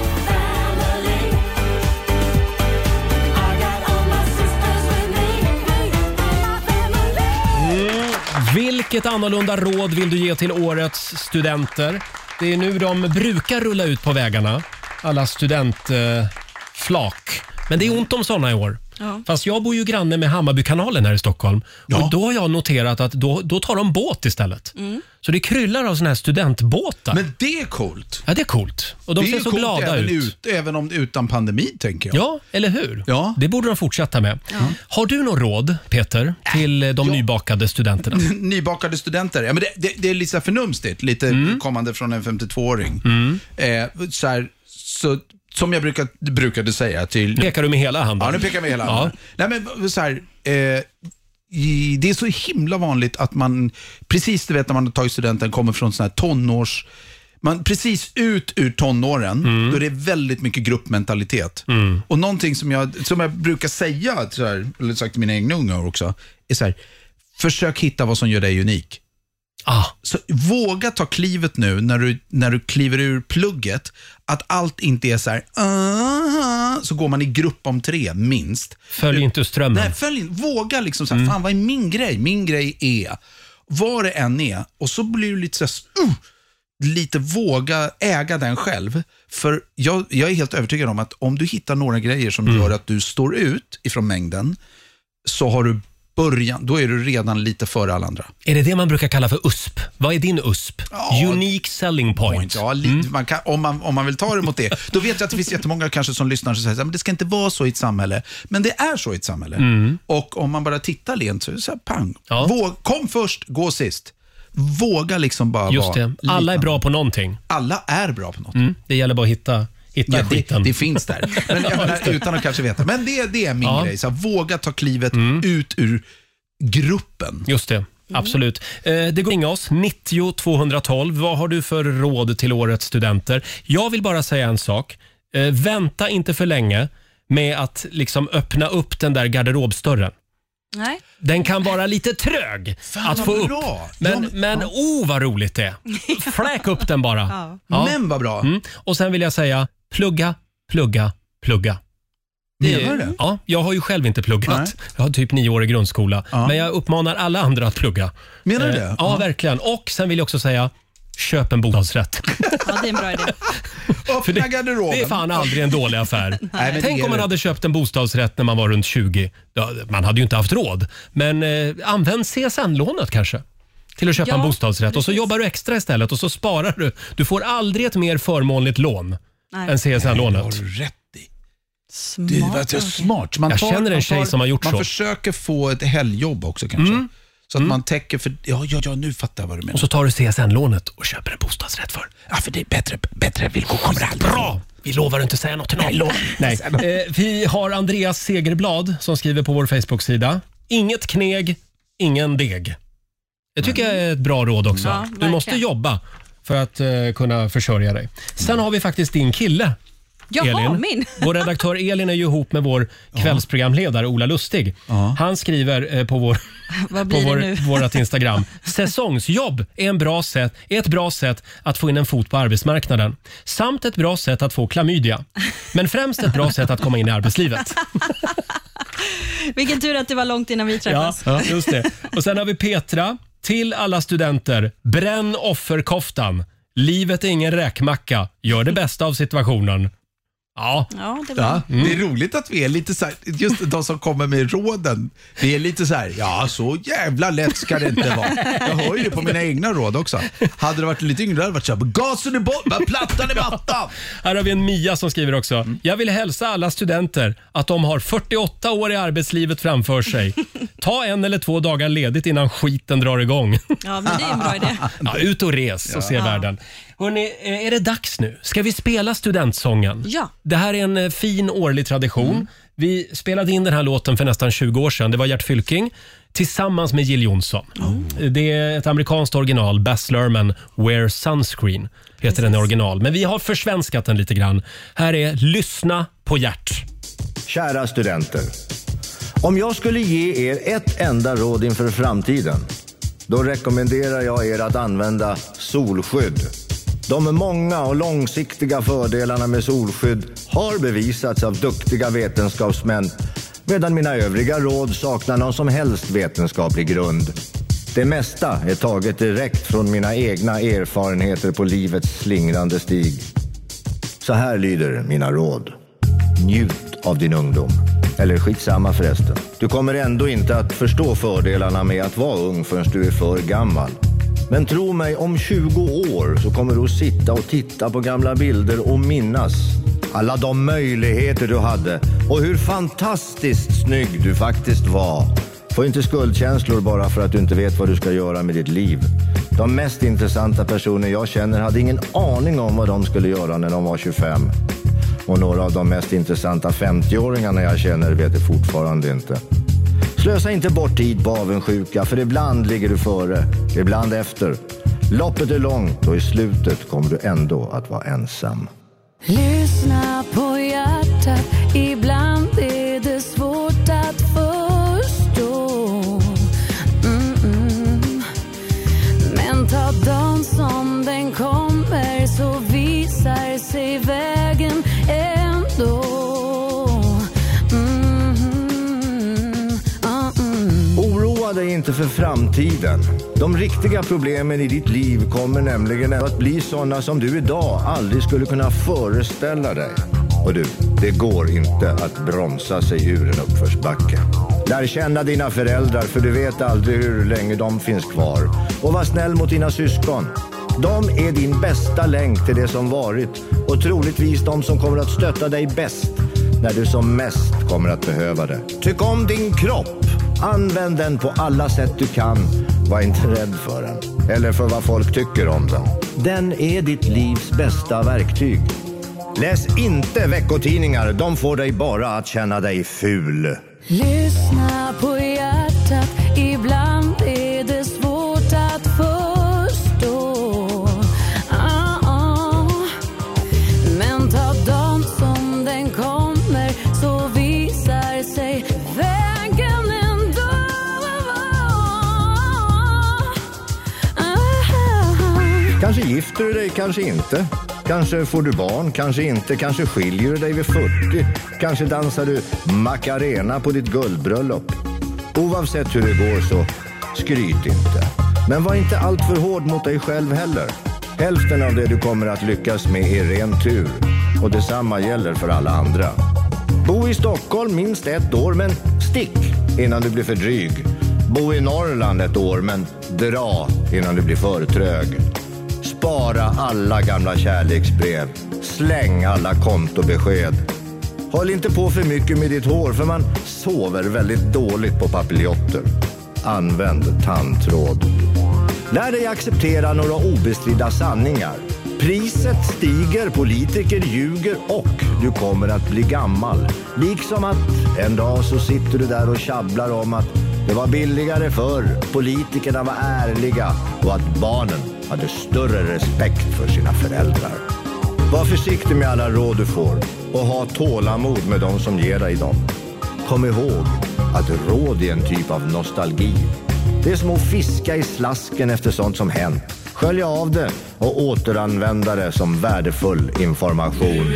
Vilket annorlunda råd vill du ge till årets studenter? Det är nu de brukar rulla ut på vägarna, alla studentflak. Eh, Men det är ont om såna i år. Ja. Fast jag bor ju granne med Hammarbykanalen här i Stockholm. Ja. Och då har jag noterat att då, då tar de båt istället. Mm. Så det kryllar av såna här studentbåtar. Men det är coolt. Ja, det är coolt. Och de det är ser ju så coolt glada även, ut. ut, även om utan pandemi, tänker jag. Ja, eller hur? Ja. Det borde de fortsätta med. Har du något råd, Peter, till de Ja. nybakade studenterna? Nybakade studenter, ja, men det, det, det är lite så här förnumstigt, lite Mm. kommande från en femtiotvååring. Eh, så här, så, som jag brukar, brukade säga till... Pekar du med hela handen? Ja, nu pekar jag med hela Ja. handen. Nej, men så här, eh, i, det är så himla vanligt att man, precis du vet när man har tagit studenten, kommer från sån här tonårs, man precis ut ur tonåren, mm. då är det väldigt mycket gruppmentalitet. Mm. Och någonting som jag, som jag brukar säga, så här, eller sagt till mina egna ungar också, är så här, försök hitta vad som gör dig unik. Ah. Så våga ta klivet nu när du, när du kliver ur plugget, att allt inte är så här, uh, så går man i grupp om tre minst. Följ du, inte strömmen. Nej, följ, våga liksom så här, mm. fan vad är min grej? Min grej är vad det än är, och så blir du lite så här, uh, lite våga äga den själv. För jag, jag är helt övertygad om att om du hittar några grejer som mm. gör att du står ut ifrån mängden, så har du början, då är du redan lite före alla andra. Är det det man brukar kalla för U S P? Vad är din U S P? Ja, Unique selling point. point ja, li- mm. man kan, om, man, om man vill ta det mot det. Då vet jag att det finns jättemånga kanske som lyssnar och säger att det ska inte vara så i ett samhälle. Men det är så i ett samhälle. Mm. Och om man bara tittar lent så är det så här, pang. Ja. Våg, kom först, gå sist. Våga liksom bara Just det. Alla liknande. är bra på någonting. Alla är bra på något. Mm. Det gäller bara att hitta Hitta ja, skiten. Det, det finns där. Men jag menar, utan att kanske veta. Men det, det är min ja. grej. Så här, våga ta klivet mm. ut ur gruppen. Just det, mm. absolut. Eh, det går ringa oss, nittio tvåhundratolv. Vad har du för råd till årets studenter? Jag vill bara säga en sak. Eh, vänta inte för länge med att liksom öppna upp den där garderobsdörren. Nej. Den kan vara lite trög Fan, att få upp. Bra. Men, ja, men ja. oh vad roligt det är. Fläck upp den bara. Ja. Ja. Men vad bra. Mm. Och sen vill jag säga, plugga, plugga, plugga. Det, Menar du det? Ja, jag har ju själv inte pluggat. Nej. Jag har typ nio år i grundskola. Ja. Men jag uppmanar alla andra att plugga. Menar du det? Eh, ja, ja, verkligen. Och sen vill jag också säga, köp en bostadsrätt. Ja, det är en bra idé. För det, det är fan aldrig en dålig affär. Nej, Tänk om man hade köpt en bostadsrätt när man var runt tjugo. Man hade ju inte haft råd. Men eh, använd C S N-lånet kanske till att köpa ja, en bostadsrätt. Precis. Och så jobbar du extra istället och så sparar du. Du får aldrig ett mer förmånligt lån Nej. än C S N-lånet. Nej, du har rätt i. Smart. Det var okay. smart. Man jag tar, känner en tjej tar, som har gjort man så. Man försöker få ett helgjobb också kanske. Mm. Så att mm. man täcker för, ja, ja, ja, nu fattar jag vad du menar. Och så tar du C S N-lånet och köper en bostadsrätt för. Ja, för det är bättre, bättre villkor kommer det aldrig. Bra! Vi lovar inte säga något till någon. Nej, Nej. Eh, vi har Andreas Segerblad som skriver på vår Facebook-sida. Inget kneg, ingen deg. Jag tycker det är ett bra råd också. Ja, du måste jobba för att uh, kunna försörja dig. Sen har vi faktiskt din kille. Jaha, Elin. min. Vår redaktör Elin är ju ihop med vår kvällsprogramledare Ola Lustig. Ja. Han skriver eh, på vår på vår, vårat Instagram. Säsongsjobb är, en bra sätt, är ett bra sätt att få in en fot på arbetsmarknaden. Samt ett bra sätt att få klamydia. Men främst ett bra sätt att komma in i arbetslivet. Vilken tur att det var långt innan vi träffas. Ja, just det. Och sen har vi Petra. Till alla studenter, bränn offerkoftan. Livet är ingen räkmacka. Gör det bästa av situationen. Ja, ja, det, var... ja mm. det är roligt att vi är lite så här, just de som kommer med råden. Vi är lite så här, ja så jävla lätt ska det inte vara. Jag hör ju det på mina egna råd också. Hade det varit lite yngre hade det varit så här, gasen i botten, plattan i mattan. Här har vi en Mia som skriver också. Mm. Jag vill hälsa alla studenter att de har fyrtioåtta år i arbetslivet framför sig. Ta en eller två dagar ledigt innan skiten drar igång. Ja, men det är en bra idé. Ja, ut och res och se ja. världen. Hörrni, är det dags nu? Ska vi spela studentsången? Ja. Det här är en fin årlig tradition. Mm. Vi spelade in den här låten för nästan tjugo år sedan. Det var Gert Fylking tillsammans med Jill Johnson. Mm. Det är ett amerikanskt original. Baz Luhrmann, Wear Sunscreen heter Precis. den i original. Men vi har försvenskat den lite grann. Här är Lyssna på Gert. Kära studenter. Om jag skulle ge er ett enda råd inför framtiden, då rekommenderar jag er att använda solskydd. De många och långsiktiga fördelarna med solskydd har bevisats av duktiga vetenskapsmän, medan mina övriga råd saknar någon som helst vetenskaplig grund. Det mesta är taget direkt från mina egna erfarenheter på livets slingrande stig. Så här lyder mina råd. Njut av din ungdom. Eller skitsamma förresten. Du kommer ändå inte att förstå fördelarna med att vara ung förrän du är för gammal. Men tro mig, om tjugo år så kommer du att sitta och titta på gamla bilder och minnas alla de möjligheter du hade och hur fantastiskt snygg du faktiskt var. Få inte skuldkänslor bara för att du inte vet vad du ska göra med ditt liv. De mest intressanta personer jag känner hade ingen aning om vad de skulle göra när de var tjugofem. Och några av de mest intressanta femtioåringarna jag känner vet det fortfarande inte. Slösa inte bort tid på avundsjuka, för ibland ligger du före, ibland efter. Loppet är långt och i slutet kommer du ändå att vara ensam. Lyssna på hjärtat, ibland är det svårt att förstå. Mm-mm. Men ta dagen som den kommer, så visar sig vägen ändå. Oroa dig inte för framtiden. De riktiga problemen i ditt liv kommer nämligen att bli sådana som du idag aldrig skulle kunna föreställa dig. Och du, det går inte att bromsa sig ur en uppförsbacke. Lär känna dina föräldrar, för du vet aldrig hur länge de finns kvar. Och var snäll mot dina syskon. De är din bästa länk till det som varit, och troligtvis de som kommer att stötta dig bäst när du som mest kommer att behöva det. Tyck om din kropp. Använd den på alla sätt du kan. Var inte rädd för den, eller för vad folk tycker om den. Den är ditt livs bästa verktyg. Läs inte veckotidningar, de får dig bara att känna dig ful. Lyssna på hjärtat, ibland är det svårt att förstå. Ah, ah. Men ta dagen som den kommer, så visar sig vägen ändå. Ah. Kanske gifter du dig, kanske inte. Kanske får du barn, kanske inte. Kanske skiljer du dig vid fyrtio. Kanske dansar du Macarena på ditt guldbröllop. Oavsett hur det går, så skryt inte. Men var inte allt för hård mot dig själv heller. Hälften av det du kommer att lyckas med är ren tur. Och detsamma gäller för alla andra. Bo i Stockholm minst ett år, men stick innan du blir för dryg. Bo i Norrland ett år, men dra innan du blir för trög. Spara alla gamla kärleksbrev. Släng alla kontobesked. Håll inte på för mycket med ditt hår, för man sover väldigt dåligt på papiljotter. Använd tandtråd. Lär dig acceptera några obestridda sanningar. Priset stiger, politiker ljuger och du kommer att bli gammal. Liksom att en dag så sitter du där och tjabblar om att det var billigare förr, politikerna var ärliga och att barnen hade större respekt för sina föräldrar. Var försiktig med alla råd du får och ha tålamod med de som ger dig dem. Kom ihåg att råd är en typ av nostalgi. Det är som att fiska i slasken efter sånt som hänt. Skölja av det och återanvända det som värdefull information.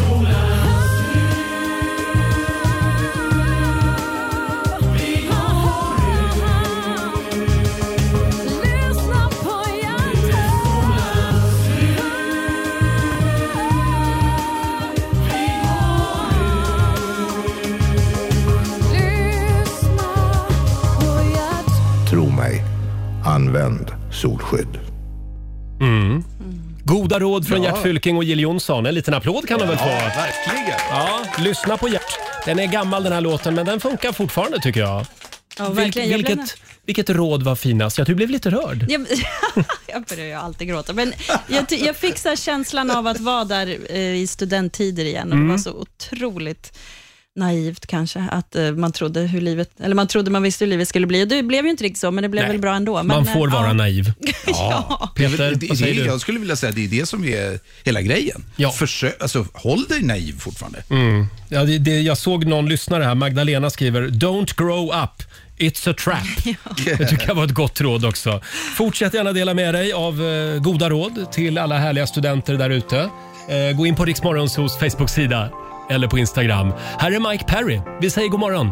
Tro mig, använd solskydd. Mm. Goda råd från Ja. Gert Fylking och Jill Johnson. En liten applåd kan de väl få? Ja, verkligen. Ja, lyssna på Gert. Den är gammal den här låten, men den funkar fortfarande tycker jag. Ja, Vil- verkligen. Jag blev- vilket, vilket råd var finast? Ja, du blev lite rörd. Jag, jag börjar ju alltid gråta. Men jag, ty- jag fick så här känslan av att vara där eh, i studenttider igen. Och Mm. det var så otroligt naivt kanske, att eh, man trodde hur livet, eller man trodde man visste hur livet skulle bli. Och det blev ju inte riktigt så, men det blev Nej. väl bra ändå. Men, Man får eh, vara ja. naiv. Ja. Peter, det, det, vad säger det, du? jag skulle vilja säga att det är det som är hela grejen. Ja. Försök, alltså, håll dig naiv fortfarande. Mm. Ja, det, det, jag såg någon lyssnare här, Magdalena skriver Don't grow up, it's a trap. Det tycker jag var ett gott råd också. Fortsätt gärna dela med dig av eh, goda råd till alla härliga studenter där ute. Eh, gå in på Rix Morgonzos Facebook-sida eller på Instagram. Här är Mike Perry. Vi säger god morgon.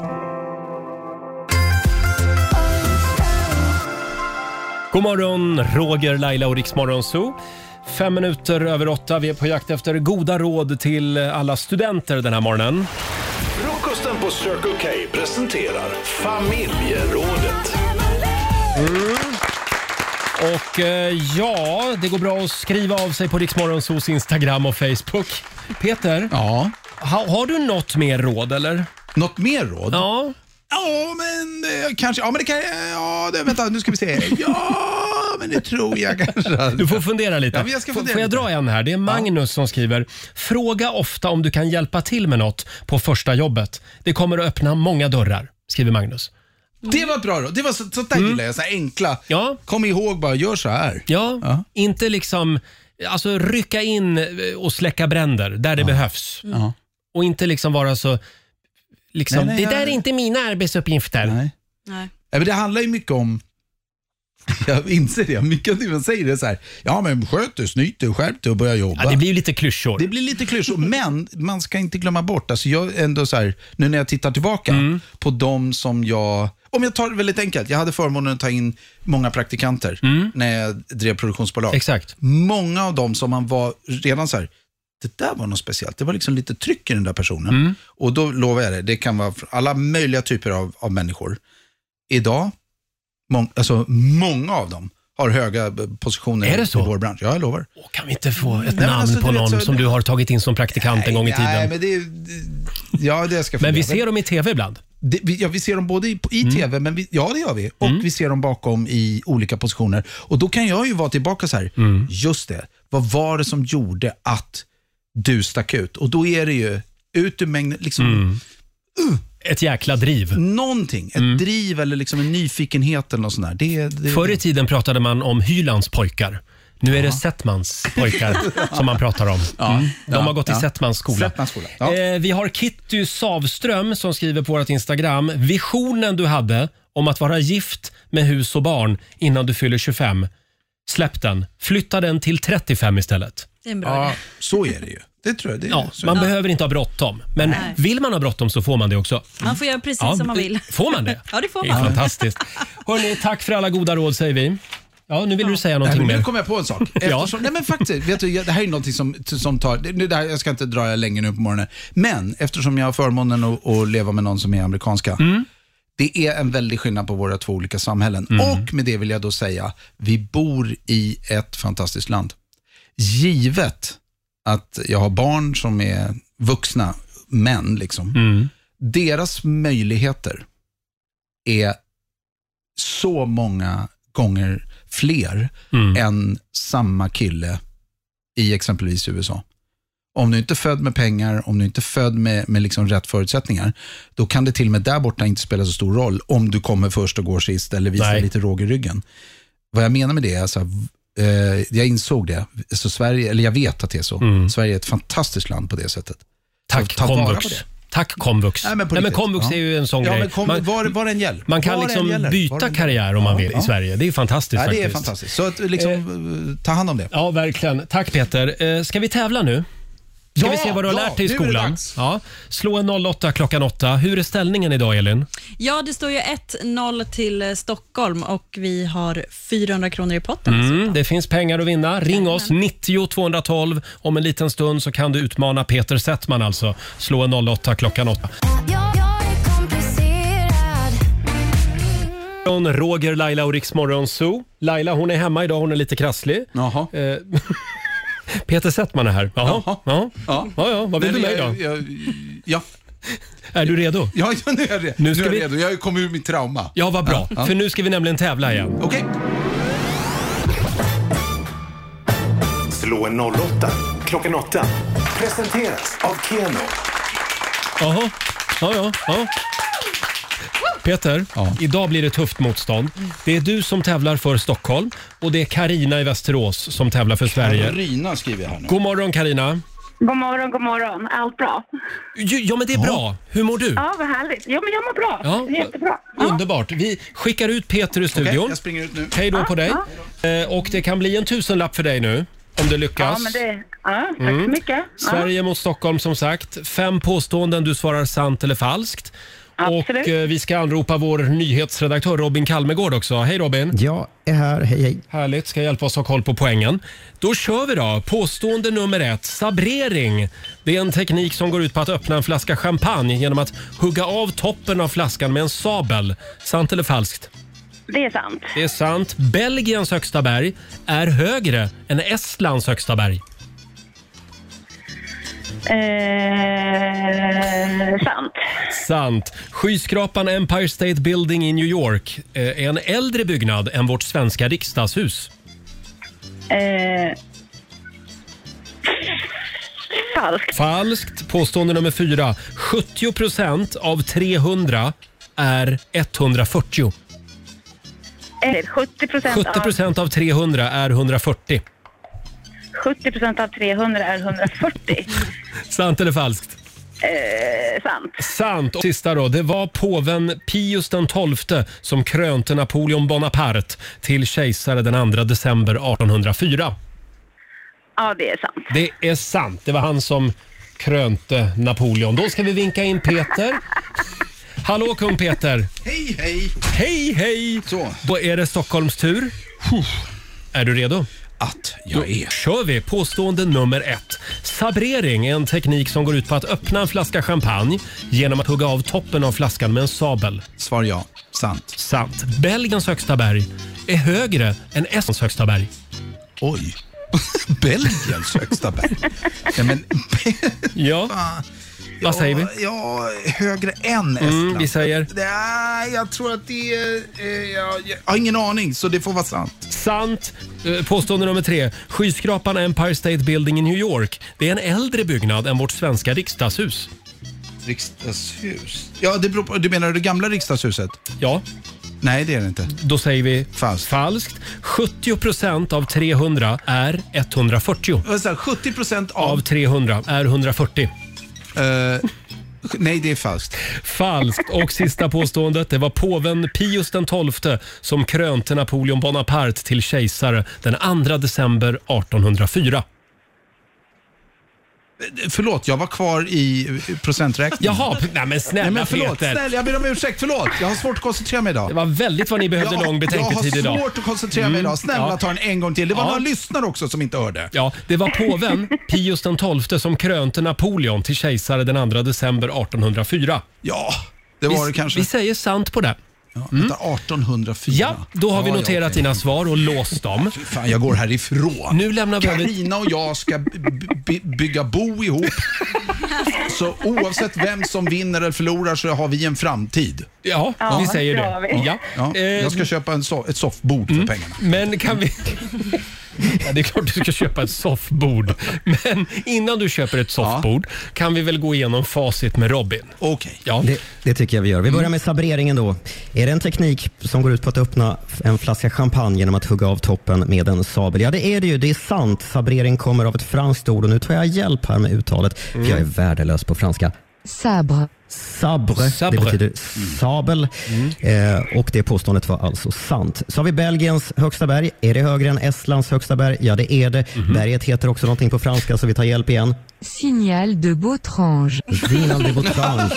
God morgon, Roger, Laila och Rix Morgonzoo. Fem minuter över åtta. Vi är på jakt efter goda råd till alla studenter den här morgonen. Frukosten på Circle K presenterar Familjerådet. Mm. Och eh, ja, det går bra att skriva av sig på Rix Morgonzoos Instagram och Facebook. Peter, Ja. ha, har du något mer råd eller? Något mer råd? Ja. Ja, men eh, kanske. Ja, men det kan ja, det, vänta, nu ska vi se. Ja, men det tror jag kanske. Du får fundera lite. Ja, men jag ska Får- fundera får jag lite. dra en här? Det är Magnus som skriver. Fråga ofta om du kan hjälpa till med något på första jobbet. Det kommer att öppna många dörrar. skriver Magnus. Det var bra då. Det var så, sånt där Mm. gillar jag. Så här enkla. Ja. Kom ihåg bara, gör så här. Ja, Ja. inte liksom alltså rycka in och släcka bränder där det behövs. Ja. Och inte liksom vara så liksom, Nej, nej, det jag- där är inte mina arbetsuppgifter. Nej. Nej. Ja, men det handlar ju mycket om, jag inser det, mycket av det man säger är så här, ja men sköt dig, snyt dig, skärp dig och börja jobba. Ja, det blir ju lite klyschor. Det blir lite klyschor, men man ska inte glömma bort, alltså jag ändå så här, nu när jag tittar tillbaka Mm. på de som jag, om jag tar det väldigt enkelt, jag hade förmånen att ta in många praktikanter när jag drev produktionsbolag. Exakt. Många av dem som man var redan så här, det där var något speciellt. Det var liksom lite tryck i den där personen. Mm. Och då lovar jag det, det kan vara alla möjliga typer av, av människor. Idag, mång, alltså många av dem har höga positioner Är det så? i vår bransch. Ja, jag lovar. Åh, kan vi inte få ett men namn alltså, på du vet, någon så- som du har tagit in som praktikant en gång i tiden? Nej, men det är, det- ja, det ska Men vi fundera. ser dem i tv ibland. Det, vi, ja, vi ser dem både i, i Mm. tv, men vi, ja det gör vi. Och vi ser dem bakom i olika positioner. Och då kan jag ju vara tillbaka så här, Mm. just det, vad var det som gjorde att du stack ut? Och då är det ju ut ur mängden, liksom, Mm. Ett jäkla driv. någonting, ett driv eller liksom en nyfikenhet eller något sånt där. Det, det, Förr i tiden pratade man om Hylands pojkar. Nu är det Settmans pojkar som man pratar om. Mm. De har gått i ja. Settmans skola. Settmans skola, ja. Eh, vi har Kitty Savström som skriver på vårt Instagram. Visionen du hade om att vara gift med hus och barn innan du fyller tjugofem. Släpp den. Flytta den till trettiofem istället. Det är en bra Ja, idé. så är det ju. Det tror jag. Det är, Ja, så man är det. behöver inte ha bråttom. Men Nej. vill man ha bråttom så får man det också. Man får göra precis Ja, som man vill. Får man det? Ja, det får Det är man. fantastiskt. Hörrni, tack för alla goda råd säger vi. Ja, nu vill du säga Nej, någonting men mer. nu kommer jag på en sak. Eftersom, nej men faktiskt, vet du, det här är någonting som, som tar, det, det här, jag ska inte dra det länge nu på morgonen, men eftersom jag har förmånen att, att leva med någon som är amerikanska, Mm. det är en väldig skillnad på våra två olika samhällen. Mm. Och med det vill jag då säga, vi bor i ett fantastiskt land. Givet att jag har barn som är vuxna män, liksom, Mm. deras möjligheter är så många gånger fler Mm. än samma kille i exempelvis U S A. Om du inte är född med pengar, om du inte är född med, med liksom rätt förutsättningar, då kan det till och med där borta inte spela så stor roll om du kommer först och går sist eller visar Nej. lite råg i ryggen. Vad jag menar med det är alltså, eh, jag insåg det, så Sverige, eller jag vet att det är så. Mm. Sverige är ett fantastiskt land på det sättet. Tack Så ta vara komvux. på det. Tack komvux. Nej, men på Nej, men riktigt. komvux Ja. är ju en sån Ja, grej. men kom, man, var, var en hjälp. man kan Var en liksom gäller. Var byta en karriär om man Ja, vill ja. i Sverige. Det är ju fantastiskt Ja, det är faktiskt. fantastiskt. Så att liksom, ta hand om det. Ja, verkligen. Tack Peter. Eh, ska vi tävla nu? Ska Ja, vi se vad du har ja, lärt dig i nu är det skolan? dags. Ja. Slå en noll åtta klockan åtta. Hur är ställningen idag, Elin? Ja, det står ju ett noll till eh, Stockholm och vi har fyrahundra kronor i potten. Mm, det finns pengar att vinna. Ring oss nittio tvåhundratolv. Om en liten stund så kan du utmana Peter Settman alltså. Slå en noll åtta klockan åtta. Från Roger, Laila och Riksmorgon Zoo. Laila hon är hemma idag, hon är lite krasslig. Jaha. Eh, Peter Settman är här. Jaha. Jaha. Ja. Ja. Ja, ja. Vad vill du Nej, med jag- idag? jag- Ja. Är du redo? Ja, ja, nu är jag redo. Nu Nu ska är jag vi- redo. Jag kom ur mitt trauma. Ja, vad bra. Ja, ja. För nu ska vi nämligen tävla igen. Okej. Slå en noll åtta klockan åtta. Presenteras av Keno. Jaha. Ja, ja, ja. Peter, Ja. idag blir det tufft motstånd. Det är du som tävlar för Stockholm och det är Karina i Västerås som tävlar för Sverige. Rina skriver jag här nu. God morgon Karina. God morgon, god morgon. Allt bra? Jo, ja, men det är bra. Hur mår du? Ja, vad härligt. Jo, men jag mår bra. Ja. Jättebra. Ja. Underbart. Vi skickar ut Peter ur Okej, studion. jag springer ut nu. Hej då på dig. Eh, Och det kan bli en tusenlapp för dig nu, om det lyckas. Ja, men det... Ja, tack Mm. så mycket. Ja. Sverige mot Stockholm som sagt. Fem påståenden, du svarar sant eller falskt. Absolut. Och eh, vi ska anropa vår nyhetsredaktör Robin Kalmegård också. Hej Robin. Jag är här, hej hej. Härligt, ska hjälpa oss ha koll på poängen. Då kör vi då. Påstående nummer ett, sabrering. Det är en teknik som går ut på att öppna en flaska champagne genom att hugga av toppen av flaskan med en sabel. Sant eller falskt? Det är sant. Det är sant. Belgiens högsta berg är högre än Estlands högsta berg. Eh, sant. Sant. Skyskrapan Empire State Building i New York eh, är en äldre byggnad än vårt svenska riksdagshus. Eh, falskt. Falskt. Påstående nummer fyra. sjuttio procent av trehundra är etthundrafyrtio. sjuttio procent sjuttio procent av trehundra är hundrafyrtio. sjuttio procent av trehundra är hundrafyrtio. Sant eller falskt? Eh, sant. Sant. Och sista då, det var påven Pius den tolfte som krönte Napoleon Bonaparte till kejsare den andra december artonhundrafyra. Ja, det är sant. Det är sant. Det var han som krönte Napoleon. Då ska vi vinka in Peter. Hallå kung Peter. Hej, hej. Hej, hej. Så. Då är det Stockholms tur. Är du redo? Att jag är. Då kör vi. Påstående nummer ett. Sabrering är en teknik som går ut på att öppna en flaska champagne genom att hugga av toppen av flaskan med en sabel. Svar ja. Sant. Sant. Belgiens högsta berg är högre än Estlands högsta berg. Oj. Belgiens högsta berg. Ja, men... ja. Vad säger vi? Ja, högre än Estland. Mm, vi säger? Nej, jag tror att det är... Eh, jag, jag har ingen aning, så det får vara sant. Sant. Påstående nummer tre. Skyskrapan Empire State Building i New York. Det är en äldre byggnad än vårt svenska riksdagshus. Riksdagshus? Ja, det beror på, du menar det gamla riksdagshuset? Ja. Nej, det är det inte. Då säger vi falskt. falskt. sjuttio procent av trehundra är etthundrafyrtio. Vad sa du? sjuttio procent av... av trehundra är hundrafyrtio. Uh, nej, det är falskt. Falskt. Och sista påståendet, det var påven Pius den tolfte som krönte Napoleon Bonaparte till kejsare den andra december artonhundrafyra. Förlåt, jag var kvar i procenträkningen. Jaha, nej men snälla nej, men förlåt, Peter. snälla, jag ber om ursäkt, förlåt. Jag har svårt att koncentrera mig idag. Det var väldigt vad ni behövde jag, lång betänketid idag. Jag har svårt att koncentrera mig mm, idag. Snälla, ja. ta den en gång till. Det var ja. några lyssnare också som inte hörde. Ja, det var påven Pius den tolfte som krönte Napoleon till kejsare den andra december artonhundrafyra. Ja, det var vi, det kanske. Vi säger sant på det. Ja, mm. artonhundrafyra. Ja, då har vi ja, noterat ja, okay. dina svar och låst dem. Fy fan, jag går härifrån. Nu lämnar vi Carina och jag ska b- bygga bo ihop. Så oavsett vem som vinner eller förlorar så har vi en framtid. Ja, ja vi säger det. det. Ja. Ja, jag ska köpa en so- ett soffbord för mm. pengarna. Men kan vi... Ja, det är klart du ska köpa ett soffbord. Men innan du köper ett soffbord ja. kan vi väl gå igenom facit med Robin. Okej. Okay. Ja. Det, det tycker jag vi gör. Vi börjar med sabreringen då. Är det en teknik som går ut på att öppna en flaska champagne genom att hugga av toppen med en sabel? Ja, det är det ju. Det är sant. Sabrering kommer av ett franskt ord och nu tar jag hjälp här med uttalet. Mm. För jag är värdelös på franska. Sabre. Sabre, Sabre. det betyder sabel mm. eh, och det påståendet var alltså sant. Så har vi Belgiens högsta berg. Är det högre än Estlands högsta berg? Ja, det är det. Mm. Berget heter också någonting på franska så vi tar hjälp igen. Signal de Bautrange. Signal de Bautrange.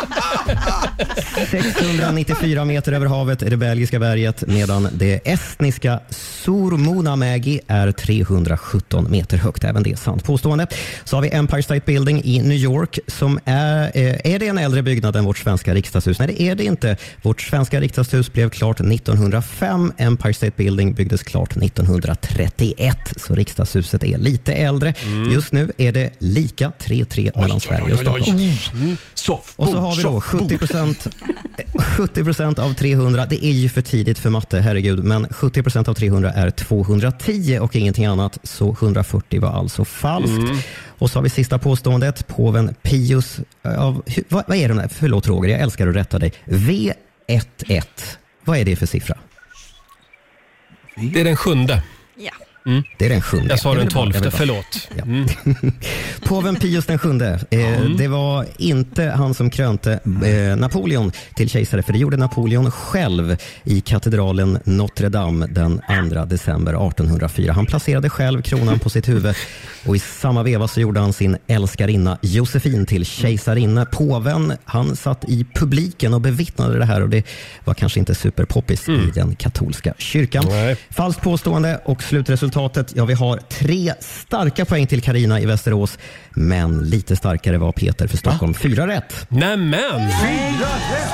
sexhundranittiofyra meter över havet är det belgiska berget medan det estniska Suurmunamägi är trehundrasjutton meter högt. Även det är sant påstående. Så har vi Empire State Building i New York som är, eh, är det en äldre byggnad än vårt svenska riksdagshus? Nej, det är det inte. Vårt svenska riksdagshus blev klart nittonhundrafem. Empire State Building byggdes klart nittonhundratrettioett. Så riksdagshuset är lite äldre. Mm. Just nu är det lika tre tre mellan oj, Sverige och Stockholm. Oj, oj, oj. Mm. Soffbord, och så har vi då sjuttio procent, sjuttio procent av trehundra. Det är ju för tidigt för matte, herregud. Men sjuttio procent av trehundra är tvåhundratio och ingenting annat. Så hundrafyrtio var alltså falskt. Mm. Och så har vi sista påståendet. Påven Pius av, vad, vad är det? Förlåt Roger, jag älskar att rätta dig. V elva. Vad är det för siffra? Det är den sjunde. Ja. Mm. Det är den sjunde. Jag sa den tolfte, förlåt. Ja. Mm. Påven Pius den sjunde. Eh, mm. Det var inte han som krönte eh, Napoleon till kejsare, för det gjorde Napoleon själv i katedralen Notre Dame den andra december artonhundrafyra. Han placerade själv kronan på sitt huvud och i samma veva så gjorde han sin älskarinna Josefin till kejsarinna. Påven, han satt i publiken och bevittnade det här och det var kanske inte superpoppis mm. i den katolska kyrkan. Nej. Falskt påstående och slutresultat. Ja, vi har tre starka poäng till Carina i Västerås, men lite starkare var Peter för Stockholm. Fyra rätt. Nämen! Fyra rätt!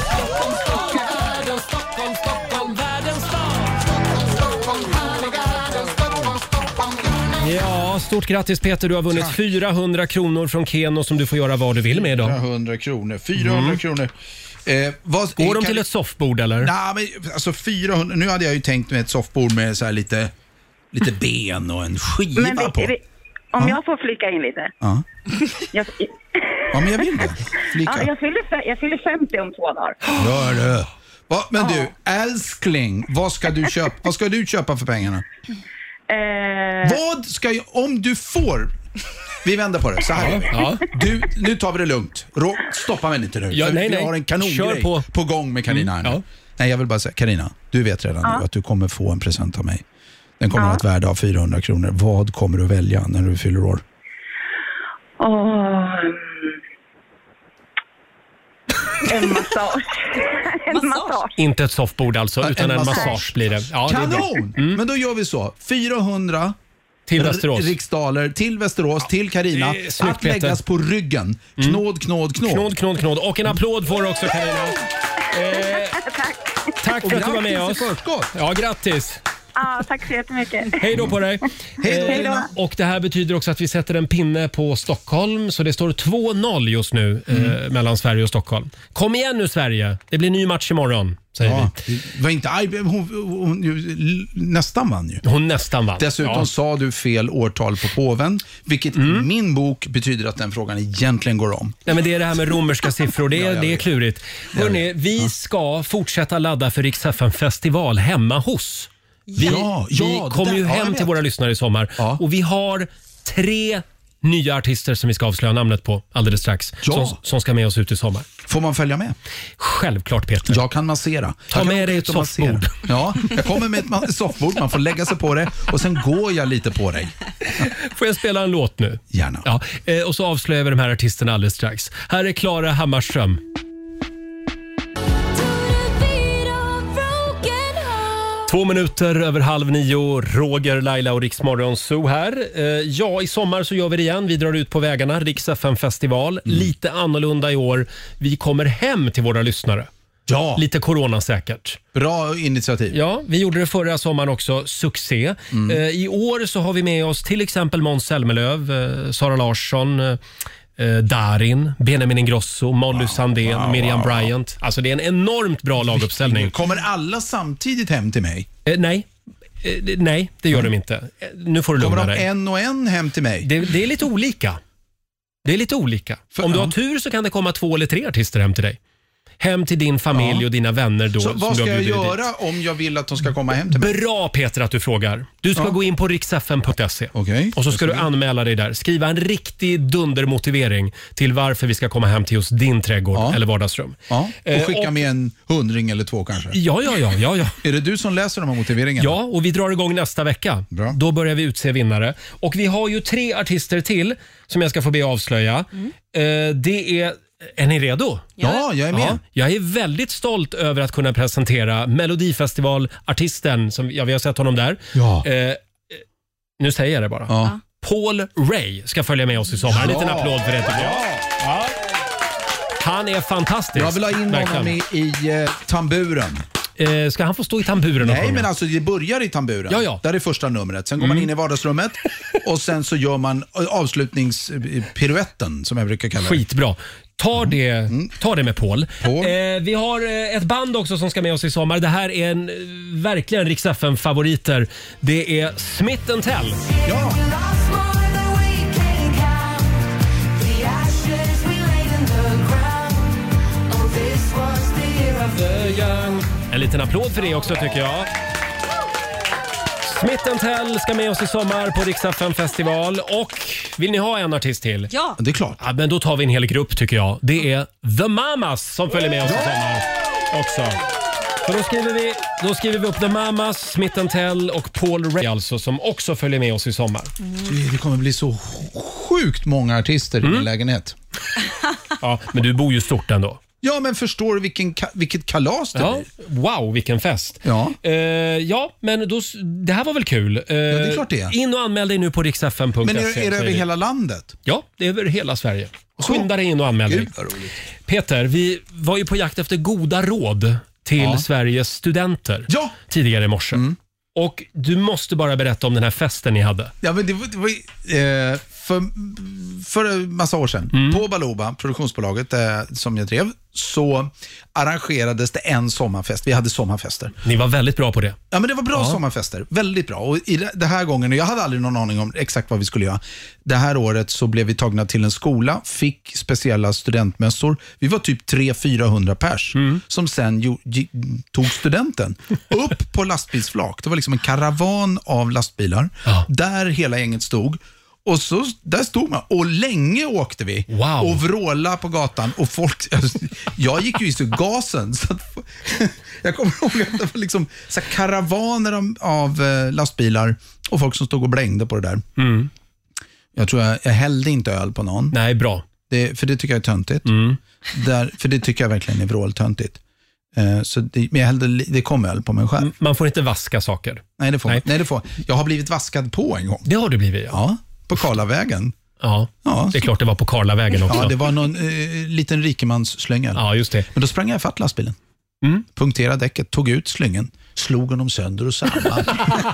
Ja, stort grattis Peter. Du har vunnit Tack. fyrahundra kronor från Keno som du får göra vad du vill med idag. fyrahundra kronor. fyrahundra mm. kronor. Eh, vad, Går de till ett soffbord eller? Nej, men alltså fyrahundra. Nu hade jag ju tänkt med ett soffbord med så här lite... Lite ben och en skiva men vi, på. Vi, om ja. jag får flika in lite. Ja. Jag, Ja, men jag vill det. Flika. Ja, jag, fyller, jag fyller femtio om två dagar. Gör det. Va, men du, älskling, vad ska du köpa, vad ska du köpa för pengarna? Eh... Vad ska jag, om du får... Vi vänder på det, så här. Ja. Du, nu tar vi det lugnt. Rå, stoppa mig inte nu. Ja, nej, nej. Jag har en kanongrej på. på gång med Carina. Mm, ja. Nej, jag vill bara säga, Carina, du vet redan ja. nu att du kommer få en present av mig. Den kommer ja. att värde av fyrahundra kronor. Vad kommer du välja när du fyller år? Åh... En massage. En massage. Inte ett soffbord alltså, utan en, en massage. massage blir det. Ja, kanon! Det mm. Men då gör vi så. fyrahundra till Västerås. riksdaler till Västerås, till Carina. Snyggt, att läggas på ryggen. Knåd, knåd, knåd. Knåd, knåd, knåd. Och en applåd får också Carina. Eh, tack. Tack för att du var med oss. Ja, grattis. Ja, tack så jättemycket. Hej då på dig. Hej då. Och det här betyder också att vi sätter en pinne på Stockholm. Så det står två noll just nu mm. eh, mellan Sverige och Stockholm. Kom igen nu Sverige. Det blir ny match imorgon, säger ja, vi. Var inte arg. Hon, hon, hon nästan vann ju. Hon nästan vann. Dessutom ja. sa du fel årtal på påven. Vilket mm. i min bok betyder att den frågan egentligen går om. Nej, men det är det här med romerska siffror. Det är, ja, det är klurigt. Hörrni, vi ska fortsätta ladda för Rix F M-festival hemma hos. Vi, ja, ja, vi kommer ju hem till våra lyssnare i sommar ja. och vi har tre nya artister som vi ska avslöja namnet på alldeles strax ja. som, som ska med oss ut i sommar. Får man följa med? Självklart Peter. Jag kan massera. Ta jag med dig ett soffbord. Ja, jag kommer med ett soffbord, man får lägga sig på det och sen går jag lite på dig. Får jag spela en låt nu? Gärna. Ja, och så avslöjar vi de här artisterna alldeles strax. Här är Klara Hammarström. Två minuter över halv nio, Roger, Laila och Rix Morgon Zoo här. Eh, ja, i sommar så gör vi det igen. Vi drar ut på vägarna, Rix F M-festival. Mm. Lite annorlunda i år. Vi kommer hem till våra lyssnare. Ja. Lite coronasäkert. Bra initiativ. Ja, vi gjorde det förra sommaren också. Succé. Mm. Eh, I år så har vi med oss till exempel Måns Zelmerlöw, eh, Sara Larsson, eh, Eh, Darin, Benjamin Ingrosso, Molly wow, Sandén, wow, Miriam wow. Bryant. Alltså det är en enormt bra laguppställning. Kommer alla samtidigt hem till mig? Eh, nej. Eh, nej, det gör mm. de inte. Eh, nu får du lugna dig. Kommer de en och en hem till mig? Det, det är lite olika. Det är lite olika. För, Om du har tur så kan det komma två eller tre artister hem till dig. Hem till din familj ja. och dina vänner då. Så vad ska jag göra dit. om jag vill att de ska komma hem till mig? Bra Peter att du frågar. Du ska ja. gå in på riks f m punkt se okay. och så ska du anmäla dig där. Skriva en riktig dundermotivering till varför vi ska komma hem till just din trädgård ja. eller vardagsrum. Ja. Och skicka eh, och, med en hundring eller två kanske. Ja, ja, ja, ja, ja. Är det du som läser de här motiveringarna? Ja, och vi drar igång nästa vecka. Bra. Då börjar vi utse vinnare. Och vi har ju tre artister till som jag ska få be avslöja. Mm. Eh, det är Är ni redo? Ja, jag är med. Ja, jag är väldigt stolt över att kunna presentera Melodifestival-artisten, som ja, vi har sett honom där. Ja. Eh, nu säger jag det bara. Ja. Paul Ray ska följa med oss i sommar. En liten applåd för det. Ja. Ja. Han är fantastisk. Jag vill ha in honom i, i eh, tamburen. Eh, ska han få stå i tamburen? Nej, men alltså det börjar i tamburen. Ja, ja. Där är första numret. Sen går Mm. man in i vardagsrummet och sen så gör man avslutningspiruetten som jag brukar kalla det. Skitbra. Ta det, Mm. ta det med Paul. Paul. Eh, vi har eh, ett band också som ska med oss i sommar. Det här är en, eh, verkligen Rix F M-favoriter. Det är Smith and Tell. Ja. En liten applåd för det också tycker jag. Smith and Tell ska med oss i sommar på Rix F M-festival. Och vill ni ha en artist till? Ja. Det är klart. Ja, men då tar vi en hel grupp tycker jag. Det är The Mamas som följer med oss i sommar också. Så då skriver vi, då skriver vi upp The Mamas, Smith and Tell och Paul Ray alltså, som också följer med oss i sommar. Mm. Det kommer bli så sjukt många artister mm. i min lägenhet. Ja, men du bor ju stort ändå. Ja, men förstår du vilken, vilket kalas det ja. blir? Wow, vilken fest. Ja, uh, ja men då, det här var väl kul. Uh, ja, det är klart det är. In och anmäl dig nu på riks f m punkt se. Men är, är det över hela landet? Ja, det är över hela Sverige. Skynda dig in och anmäl dig. Peter, vi var ju på jakt efter goda råd till ja. Sveriges studenter ja. tidigare i morse. Mm. Och du måste bara berätta om den här festen ni hade. Ja, men det var, det var eh, för, för en massa år sedan, mm. på Baluba, produktionsbolaget eh, som jag drev, så arrangerades det en sommarfest. Vi hade sommarfester. Ni var väldigt bra på det. Ja, men det var bra ja. sommarfester. Väldigt bra. Och i det här gången, jag hade aldrig någon aning om exakt vad vi skulle göra. Det här året så blev vi tagna till en skola, fick speciella studentmässor. Vi var typ tre till fyrahundra pers mm. som sen jo, g- tog studenten upp på lastbilsflak. Det var liksom en karavan av lastbilar ja. där hela gänget stod. Och så där stod man. Och länge åkte vi. Wow. Och vråla på gatan. Och folk, jag gick ju i så gasen. Så att, jag kommer ihåg att det var liksom så här karavaner av, av lastbilar. Och folk som stod och blängde på det där. Mm. Jag tror jag, jag hällde inte öl på någon. Nej, bra. Det, för det tycker jag är töntigt. Mm. Där, för det tycker jag verkligen är vråltöntigt. Uh, så det, men jag hällde, det kom öl på mig själv. Man får inte vaska saker. Nej, det får, nej. nej, det får. Jag har blivit vaskad på en gång. Det har du blivit, ja. Ja. På Karlavägen. Ja, ja, det är klart det var på Karlavägen också. Ja, det var någon eh, liten rikemansslynga. Ja, just det. Men då sprang jag fatt lastbilen. Mm. Punkterade däcket, tog ut slyngen, slog honom sönder och samman.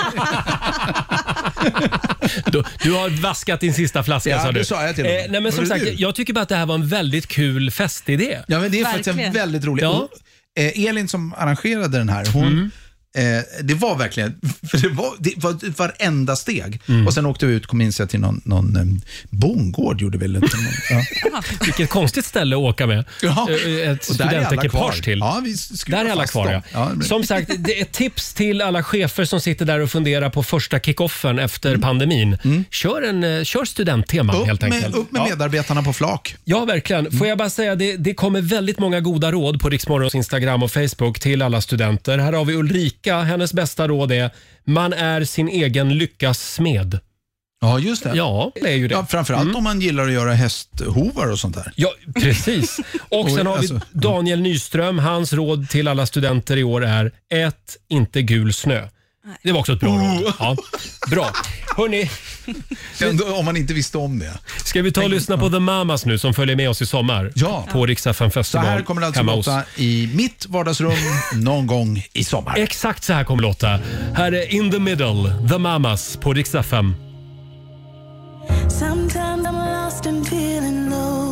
du, du har vaskat din sista flaska, ja, sa du. Ja, sa jag till eh, nej, men som sagt, jag tycker bara att det här var en väldigt kul festidé. Ja, men det är verkligen. faktiskt en väldigt rolig. Ja. Och, eh, Elin som arrangerade den här, hon... Mm. Eh, det var verkligen, för det var, det var varenda steg. Mm. Och sen åkte vi ut, kom in sig till någon, någon um, bondgård gjorde vi lite. Ja. Vilket konstigt ställe att åka med. Ja. Ett studentekipage till. Ja, vi där är alla kvar. Ja. Ja, det Som sagt, det är ett tips till alla chefer som sitter där och funderar på första kickoffen efter mm. pandemin. Mm. Kör, en, kör studenttema upp helt enkelt. Med, upp med ja. medarbetarna på flak. Ja, verkligen. Får jag bara säga, det, det kommer väldigt många goda råd på Rix Morgons Instagram och Facebook till alla studenter. Här har vi Ulrika. Hennes bästa råd är: man är sin egen lyckas smed. Ja, just det. Ja, det är ju det. Ja, framförallt mm. om man gillar att göra hästhovar och sånt där. Ja, precis. Och sen har vi alltså, Daniel Nyström. Hans råd till alla studenter i år är: ät inte gul snö. Det var också ett bra oh. råd. Ja, bra. Hörrni, om man inte visste om det. Ska vi ta och lyssna på The Mamas nu som följer med oss i sommar? Ja. På Rix F M Festival. Så här kommer det alltså låta i mitt vardagsrum någon gång i sommar. Exakt så här kommer det låta. Här är In the Middle, The Mamas på Rix F M. Sometimes I'm lost and feeling low.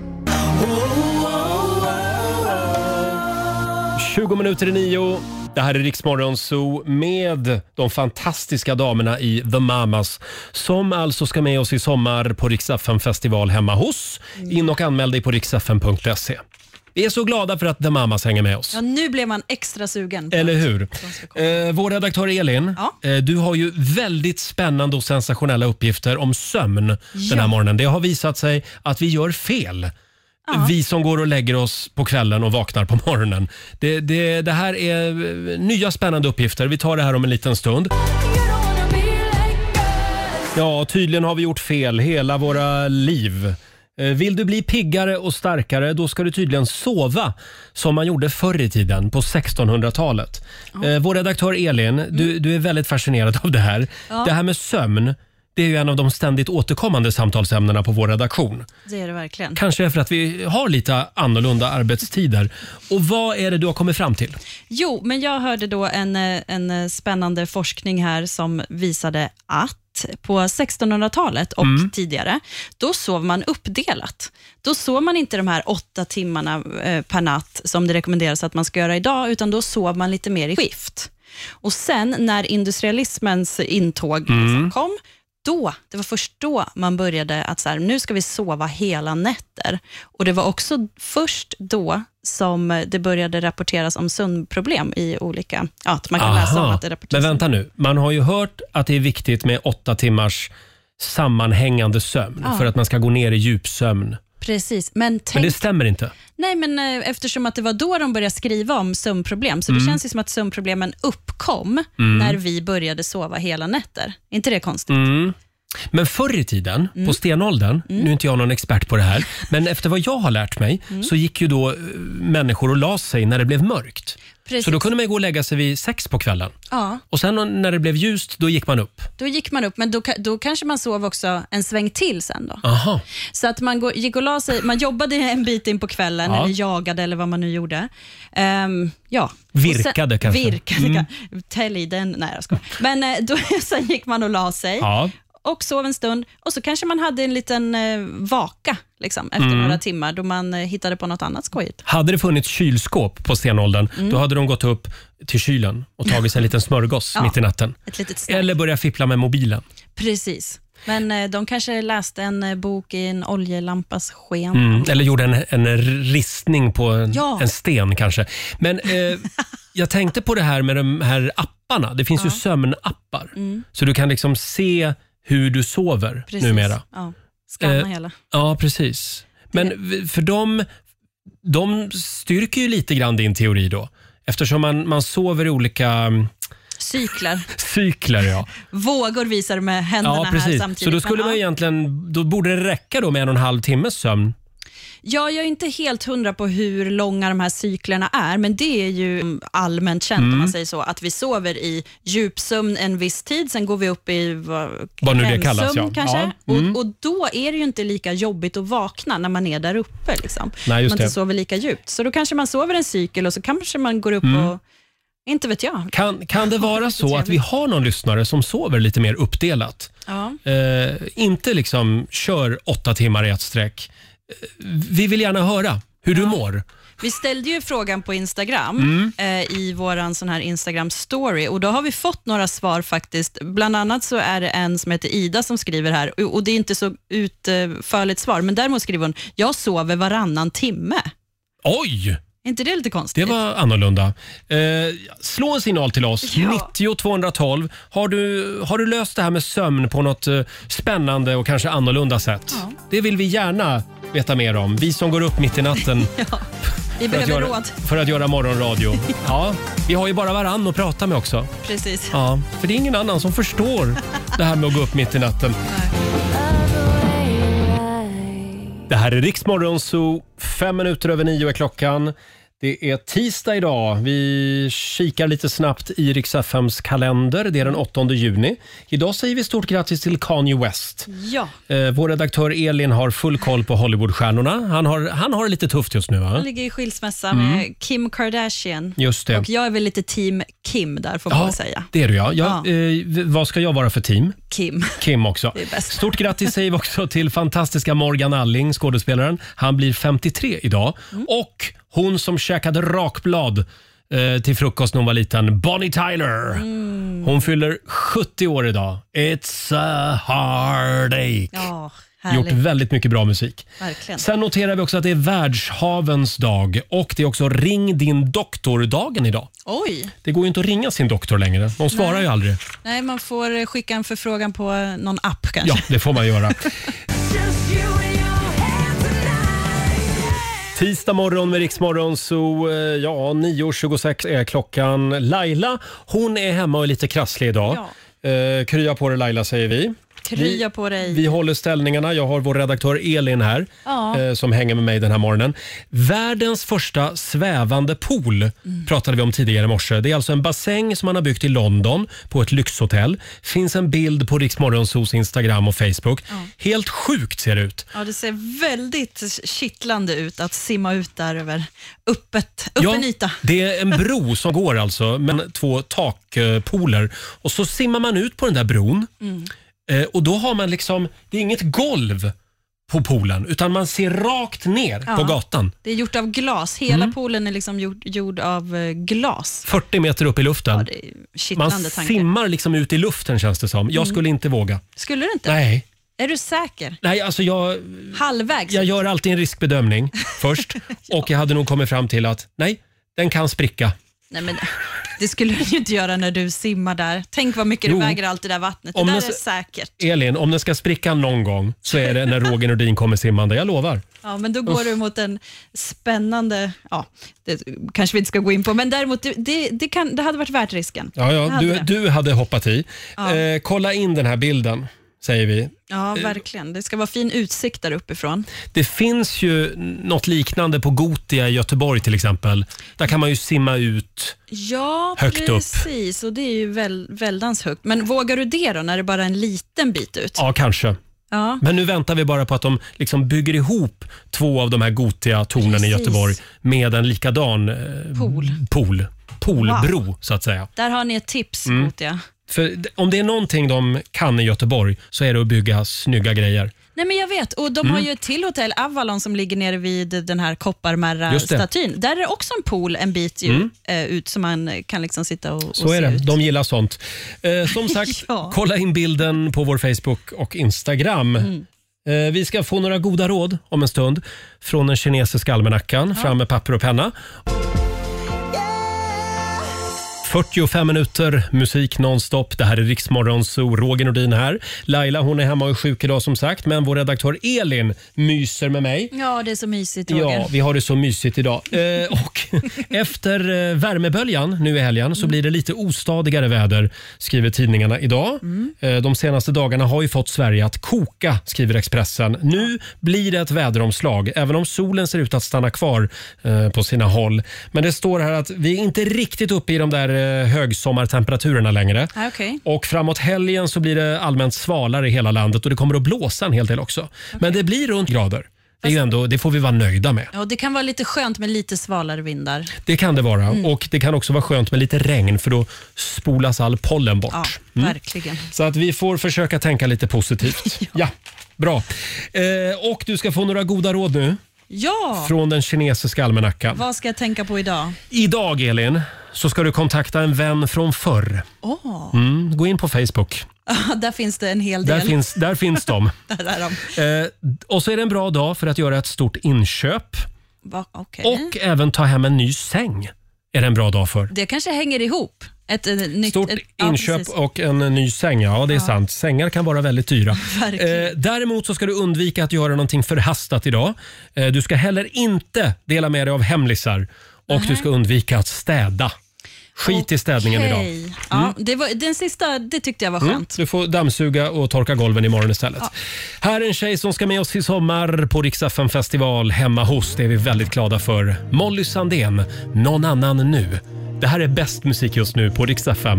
tjugo minuter i nio. Det här är Rix Morgon Zoo med de fantastiska damerna i The Mamas som alltså ska med oss i sommar på Rix F M festival hemma hos. In och anmäl dig på rix f m punkt se. Vi är så glada för att The Mamas hänger med oss. Ja, nu blev man extra sugen. På Eller hur? Eh, vår redaktör Elin, ja. eh, du har ju väldigt spännande och sensationella uppgifter om sömn ja. den här morgonen. Det har visat sig att vi gör fel. Ja. Vi som går och lägger oss på kvällen och vaknar på morgonen. Det, det, det här är nya spännande uppgifter. Vi tar det här om en liten stund. Ja, tydligen har vi gjort fel hela våra liv. Vill du bli piggare och starkare, då ska du tydligen sova som man gjorde förr i tiden på sextonhundratalet. Ja. Vår redaktör Elin, mm. du, du är väldigt fascinerad av det här. Ja. Det här med sömn, det är ju en av de ständigt återkommande samtalsämnena på vår redaktion. Det är det verkligen. Kanske för att vi har lite annorlunda arbetstider. Och vad är det du har kommit fram till? Jo, men jag hörde då en, en spännande forskning här som visade att på sextonhundratalet och mm. tidigare, då sov man uppdelat. Då sov man inte de här åtta timmarna eh, per natt som det rekommenderas att man ska göra idag, utan då sov man lite mer i skift. Och sen när industrialismens intåg mm. kom, då, det var först då man började att så här, nu ska vi sova hela nätter. Och det var också först då som det började rapporteras om sömnproblem i olika, ja, att man kan Aha. läsa om att det rapporteras. Men vänta nu, man har ju hört att det är viktigt med åtta timmars sammanhängande sömn ja. för att man ska gå ner i djupsömn. Precis, men, tänk, men det stämmer inte. Nej, men eh, eftersom att det var då de började skriva om sömnproblem, så mm. det känns ju som att sömnproblemen uppkom mm. när vi började sova hela nätter. Är inte det konstigt? Mm. Men förr i tiden, mm. på stenåldern, mm. nu är inte jag någon expert på det här, men efter vad jag har lärt mig mm. så gick ju då uh, människor och la sig när det blev mörkt. Precis. Så då kunde man gå och lägga sig vid sex på kvällen. Ja. Och sen när det blev ljust, då gick man upp. Då gick man upp, men då, då kanske man sov också en sväng till sen då. Aha. Så att man går, gick och la sig, man jobbade en bit in på kvällen ja. eller jagade eller vad man nu gjorde. Um, ja. Virkade sen, kanske. Virkade, mm. tälj den, nej jag skojar. Men då, sen gick man och la sig. Ja. och sov en stund och så kanske man hade en liten eh, vaka liksom, efter mm. några timmar då man eh, hittade på något annat skojigt. Hade det funnits kylskåp på stenåldern, mm. då hade de gått upp till kylen och tagit sig en liten smörgås ja, mitt i natten. Ett litet eller börja fippla med mobilen. Precis. Men eh, de kanske läste en eh, bok i en oljelampas sken. Mm. Eller gjorde en, en ristning på en, ja. en sten kanske. Men eh, jag tänkte på det här med de här apparna. Det finns ja. ju sömnappar. Mm. Så du kan liksom se hur du sover precis. numera. Ja. Skanna eh, hela. Ja, precis. Men det. för dem, de styrker ju lite grann din teori då. Eftersom man, man sover i olika... Cyklar. Cyklar, ja. Vågor visar med händerna ja, här samtidigt. Så då skulle man egentligen, då borde det räcka då med en och en halv timmes sömn. Ja, jag är inte helt hundra på hur långa de här cyklerna är, men det är ju allmänt känt mm. om man säger så, att vi sover i djupsömn en viss tid, sen går vi upp i vad, vad nu det kallas, ja. kanske. Ja. Mm. Och, och då är det ju inte lika jobbigt att vakna när man är där uppe. Liksom. Nej, just man det. inte sover lika djupt. Så då kanske man sover en cykel och så kanske man går upp mm. och inte vet jag. Kan, kan det vara så att vi har någon lyssnare som sover lite mer uppdelat? Ja. Eh, inte liksom kör åtta timmar i ett sträck. Vi vill gärna höra hur ja. du mår. Vi ställde ju frågan på Instagram mm. eh, i våran sån här Instagram story och då har vi fått några svar faktiskt. Bland annat så är det en som heter Ida som skriver här och, och det är inte så utförligt svar, men däremot skriver hon: jag sover varannan timme. Oj! Är inte det lite konstigt? Det var annorlunda. Eh, slå en signal till oss. Ja. nittio tvåhundratolv. Har du, har du löst det här med sömn på något eh, spännande och kanske annorlunda sätt? Ja. Det vill vi gärna veta mer om. Vi som går upp mitt i natten. ja. Vi för, att göra, råd. för att göra morgonradio. Ja, vi har ju bara varann att prata med också. Precis. Ja, för det är ingen annan som förstår det här med att gå upp mitt i natten. Det här är Rix Morgon Zoo. Fem minuter över nio är klockan. Det är tisdag idag. Vi kikar lite snabbt i Rix F M:s kalender. Det är den åttonde juni. Idag säger vi stort grattis till Kanye West. Ja. Eh, vår redaktör Elin har full koll på Hollywoodstjärnorna. Han har, han har det lite tufft just nu, va? Han ligger i skilsmässa Mm. med Kim Kardashian. Just det. Och jag är väl lite team Kim där, får man Ja, väl säga. det är du, ja. Jag, Ja. eh, v- vad ska jag vara för team? Kim. Kim också. Det är bäst. Stort grattis säger vi också till fantastiska Morgan Alling, skådespelaren. Han blir femtiotre idag. Mm. Och hon som käkade rakblad eh, till frukost när hon var liten, Bonnie Tyler. Mm. Hon fyller sjuttio år idag. It's a heartache. Ja, Gjort härligt. väldigt mycket bra musik. Verkligen. Sen noterar vi också att det är världshavens dag och det är också ring din doktor-dagen idag. Oj. Det går ju inte att ringa sin doktor längre. De svarar Nej. ju aldrig. Nej, man får skicka en förfrågan på någon app kanske. Ja, det får man göra. Tisdag morgon med Rix Morgon, så ja, nio tjugosex är klockan. Laila, hon är hemma och är lite krasslig idag. Ja. Eh, krya på dig Laila, säger vi. Krya på dig. Vi håller ställningarna. Jag har vår redaktör Elin här Ja. eh, som hänger med mig den här morgonen. Världens första svävande pool Mm. pratade vi om tidigare i morse. Det är alltså en bassäng som man har byggt i London på ett lyxhotell. Finns en bild på Rix Morgonzoos Instagram och Facebook. Ja. Helt sjukt ser det ut. Ja, det ser väldigt kittlande ut att simma ut där över öppet, öppen Ja, yta. det är en bro som går alltså med två takpooler. Och så simmar man ut på den där bron. Mm. Eh, och då har man liksom, det är inget golv på poolen utan man ser rakt ner Ja. på gatan. Det är gjort av glas. Hela Mm. poolen är liksom gjord, gjord av eh, glas. fyrtio meter upp i luften. Ja, det är man kittlande tanke. simmar liksom ut i luften, känns det som. Jag Mm. skulle inte våga. Skulle du inte? Nej. Är du säker? Nej, alltså jag, Halvvägs? jag gör alltid en riskbedömning först. Och jag hade nog kommit fram till att nej, den kan spricka. Nej, men det skulle du ju inte göra när du simmar där. Tänk vad mycket Jo. du väger allt det där vattnet. Det Om där den är s- säkert. Elin, om den ska spricka någon gång så är det när Roger Nordin kommer simmande. Jag lovar. Ja, men då går Uff. du mot en spännande, ja, det kanske vi inte ska gå in på, men däremot det, det, det, kan, det hade varit värt risken. Ja, Det ja, hade du, det. du hade hoppat i. Ja. Eh, kolla in den här bilden, säger vi. Ja, verkligen. Det ska vara fin utsikt där uppifrån. Det finns ju något liknande på Gotia i Göteborg till exempel. Där kan man ju simma ut. Ja, Högt upp. precis. Och det är ju väl, väldans högt. Men vågar du det då, när det är bara är en liten bit ut? Ja, kanske. Ja. Men nu väntar vi bara på att de liksom bygger ihop två av de här Gotia-tornen i Precis. Göteborg med en likadan eh, Pool. pool. Poolbro, så att säga. Där har ni ett tips, Mm. Gotia. För om det är någonting de kan i Göteborg så är det att bygga snygga grejer. Nej, men jag vet. Och de Mm. har ju ett till hotell, Avalon, som ligger nere vid den här Kopparmärra-statyn. Där är det också en pool en bit ju, Mm. eh, ut som man kan liksom sitta och, och Så se är det. ut. De gillar sånt. Eh, som sagt, Ja. kolla in bilden på vår Facebook och Instagram. Mm. Eh, vi ska få några goda råd om en stund från den kinesiska almanackan. Fram med papper och penna. fyrtiofem minuter musik nonstop. Det här är Riksmorgon Zoo. Roger Nordin här. Laila, hon är hemma och är sjuk idag som sagt, men vår redaktör Elin myser med mig. Ja, det är så mysigt, Roger. Ja, vi har det så mysigt idag. Eh, och efter eh, värmeböljan nu i helgen så blir det lite ostadigare väder, skriver tidningarna idag. Mm. Eh, de senaste dagarna har ju fått Sverige att koka, skriver Expressen. Nu blir det ett väderomslag, även om solen ser ut att stanna kvar eh, på sina håll. Men det står här att vi är inte riktigt uppe i de där eh, högsommartemperaturerna längre. Ah, okay. Och framåt helgen så blir det allmänt svalare i hela landet och det kommer att blåsa en hel del också. Okay. Men det blir runt grader. Det, är ju ändå, det får vi vara nöjda med. Ja, det kan vara lite skönt med lite svalare vindar. Det kan det vara. Mm. Och det kan också vara skönt med lite regn för då spolas all pollen bort. Ja, Mm. verkligen. Så att vi får försöka tänka lite positivt. ja. ja, bra. Eh, och du ska få några goda råd nu. Ja! Från den kinesiska almanackan. Vad ska jag tänka på idag? Idag, Elin, så ska du kontakta en vän från förr. Åh, Mm, gå in på Facebook. där finns det en hel del. Där finns, där finns de. Där är de. Eh, och så är det en bra dag för att göra ett stort inköp. Va? Okay. Och även ta hem en ny säng. Är det en bra dag för. Det kanske hänger ihop. Ett, ett nytt, Stort ett, inköp ja, och en ny säng. Ja, det är Ja. sant. Sängar kan vara väldigt dyra. Verkligen. Eh, däremot så ska du undvika att göra någonting förhastat idag. Eh, du ska heller inte dela med dig av hemlisar. Och Nähä. du ska undvika att städa. Skit i städningen idag. Okej. Ja, det var, den sista det tyckte jag var Mm, skönt. du får dammsuga och torka golven imorgon istället. Ja. Här är en tjej som ska med oss i sommar på Rix F M-festival hemma hos. Det är vi väldigt glada för. Molly Sandén, Någon annan nu. Det här är bäst musik just nu på Rix F M.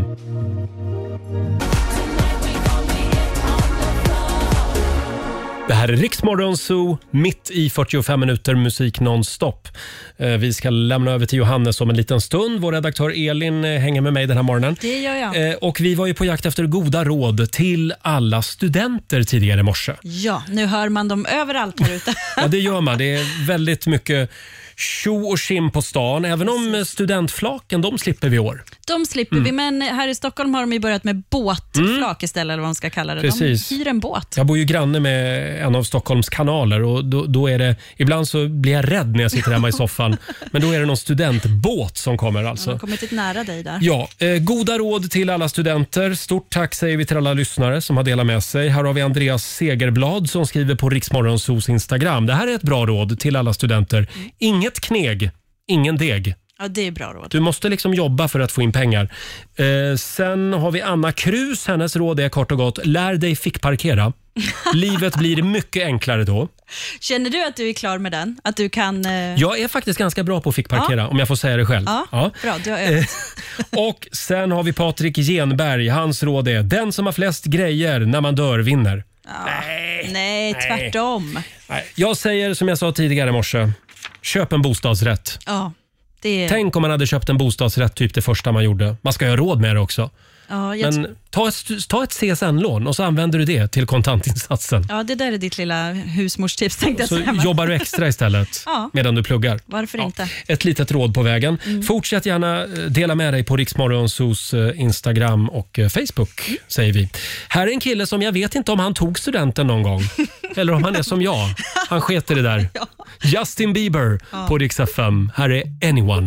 Det här är Riksmorgon Zoo, mitt i fyrtiofem minuter musik nonstop. Eh, Vi ska lämna över till Johannes om en liten stund. Vår redaktör Elin eh, hänger med mig den här morgonen. Det gör jag. Eh, Och vi var ju på jakt efter goda råd till alla studenter tidigare i morse. Ja, nu hör man dem överallt här ute. Ja, det gör man. Det är väldigt mycket tjo och tjim på stan. Även om studentflaken, de slipper vi i år. De slipper Mm. vi, men här i Stockholm har de ju börjat med båtflak istället, eller vad man ska kalla det. Precis. De hyr en båt. Jag bor ju granne med en av Stockholms kanaler och då, då är det, ibland så blir jag rädd när jag sitter hemma i soffan. Men då är det någon studentbåt som kommer De alltså. har kommit lite nära dig där. Ja, eh, goda råd till alla studenter. Stort tack säger vi till alla lyssnare som har delat med sig. Här har vi Andreas Segerblad som skriver på Riksmorgonsos Instagram. Det här är ett bra råd till alla studenter. Inget kneg, ingen deg. Ja, det är bra råd. Du måste liksom jobba för att få in pengar. Eh, sen har vi Anna Krus. Hennes råd är kort och gott: lär dig fickparkera. Livet blir mycket enklare då. Känner du att du är klar med den? Att du kan... Eh... Jag är faktiskt ganska bra på att fickparkera, Ja. om jag får säga det själv. Ja, Ja. bra. Du har övat. Och sen har vi Patrik Genberg. Hans råd är: den som har flest grejer när man dör vinner. Ja. Nej, Nej, tvärtom. Nej, jag säger som jag sa tidigare i morse. Köp en bostadsrätt. Ja, det är... Tänk om man hade köpt en bostadsrätt typ det första man gjorde. Man ska ju ha råd med det också. Ja, jag... Men ta ett, ta ett C S N-lån och så använder du det till kontantinsatsen. ja, det där är ditt lilla husmorstips, tänkte jag Så säga. Men- jobbar du extra istället Ja. medan du pluggar. Varför inte? Ett litet råd på vägen. Mm. Fortsätt gärna eh, dela med dig på Riksmorgonsos eh, Instagram och eh, Facebook, Mm. säger vi. Här är en kille som jag vet inte om han tog studenten någon gång. Eller om han är som jag. Han sket i det där. Justin Bieber Ja. på Rix F M. Här är Anyone.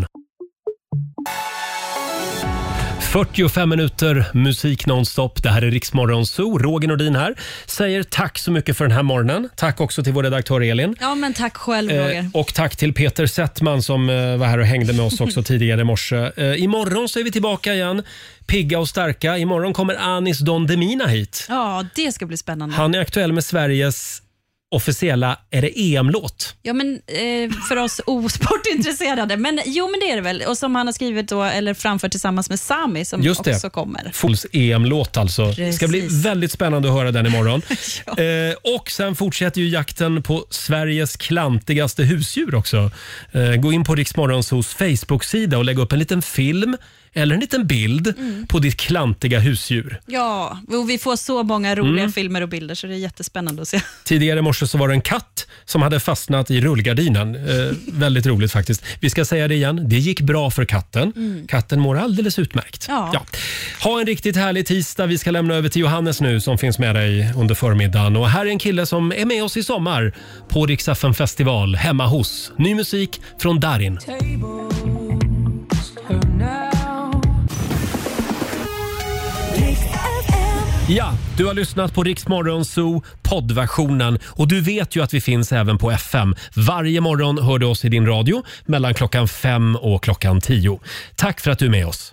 fyrtiofem minuter musik nonstop. Det här är Riksmorgon Zoo. Roger Nordin här. Säger tack så mycket för den här morgonen. Tack också till vår redaktör Elin. Ja, men tack själv, Roger. Eh, och tack till Peter Settman som eh, var här och hängde med oss också tidigare i morse. Eh, imorgon så är vi tillbaka igen. Pigga och starka. Imorgon kommer Anis Don Demina hit. Ja, det ska bli spännande. Han är aktuell med Sveriges officiella, är det E M-låt? Ja, men eh, för oss osportintresserade. Men jo, men det är det väl. Och som han har skrivit då, eller framfört tillsammans med Sami som Just det. också kommer. Fulls E M-låt alltså. Det Precis. ska bli väldigt spännande att höra den imorgon. ja. eh, och sen fortsätter ju jakten på Sveriges klantigaste husdjur också. Eh, gå in på Riksmorgonsos Facebook-sida och lägg upp en liten film eller en liten bild Mm. på ditt klantiga husdjur. Ja, och vi får så många roliga Mm. filmer och bilder så det är jättespännande att se. Tidigare i morse så var det en katt som hade fastnat i rullgardinen. Eh, väldigt roligt faktiskt. Vi ska säga det igen. Det gick bra för katten. Mm. Katten mår alldeles utmärkt. Ja. Ha en riktigt härlig tisdag. Vi ska lämna över till Johannes nu som finns med dig under förmiddagen. Och här är en kille som är med oss i sommar på Rix F M festival hemma hos. Ny musik från Darin. Ja, du har lyssnat på Rix Morgon Zoo poddversionen och du vet ju att vi finns även på F M. Varje morgon hör du oss i din radio mellan klockan fem och klockan tio. Tack för att du är med oss.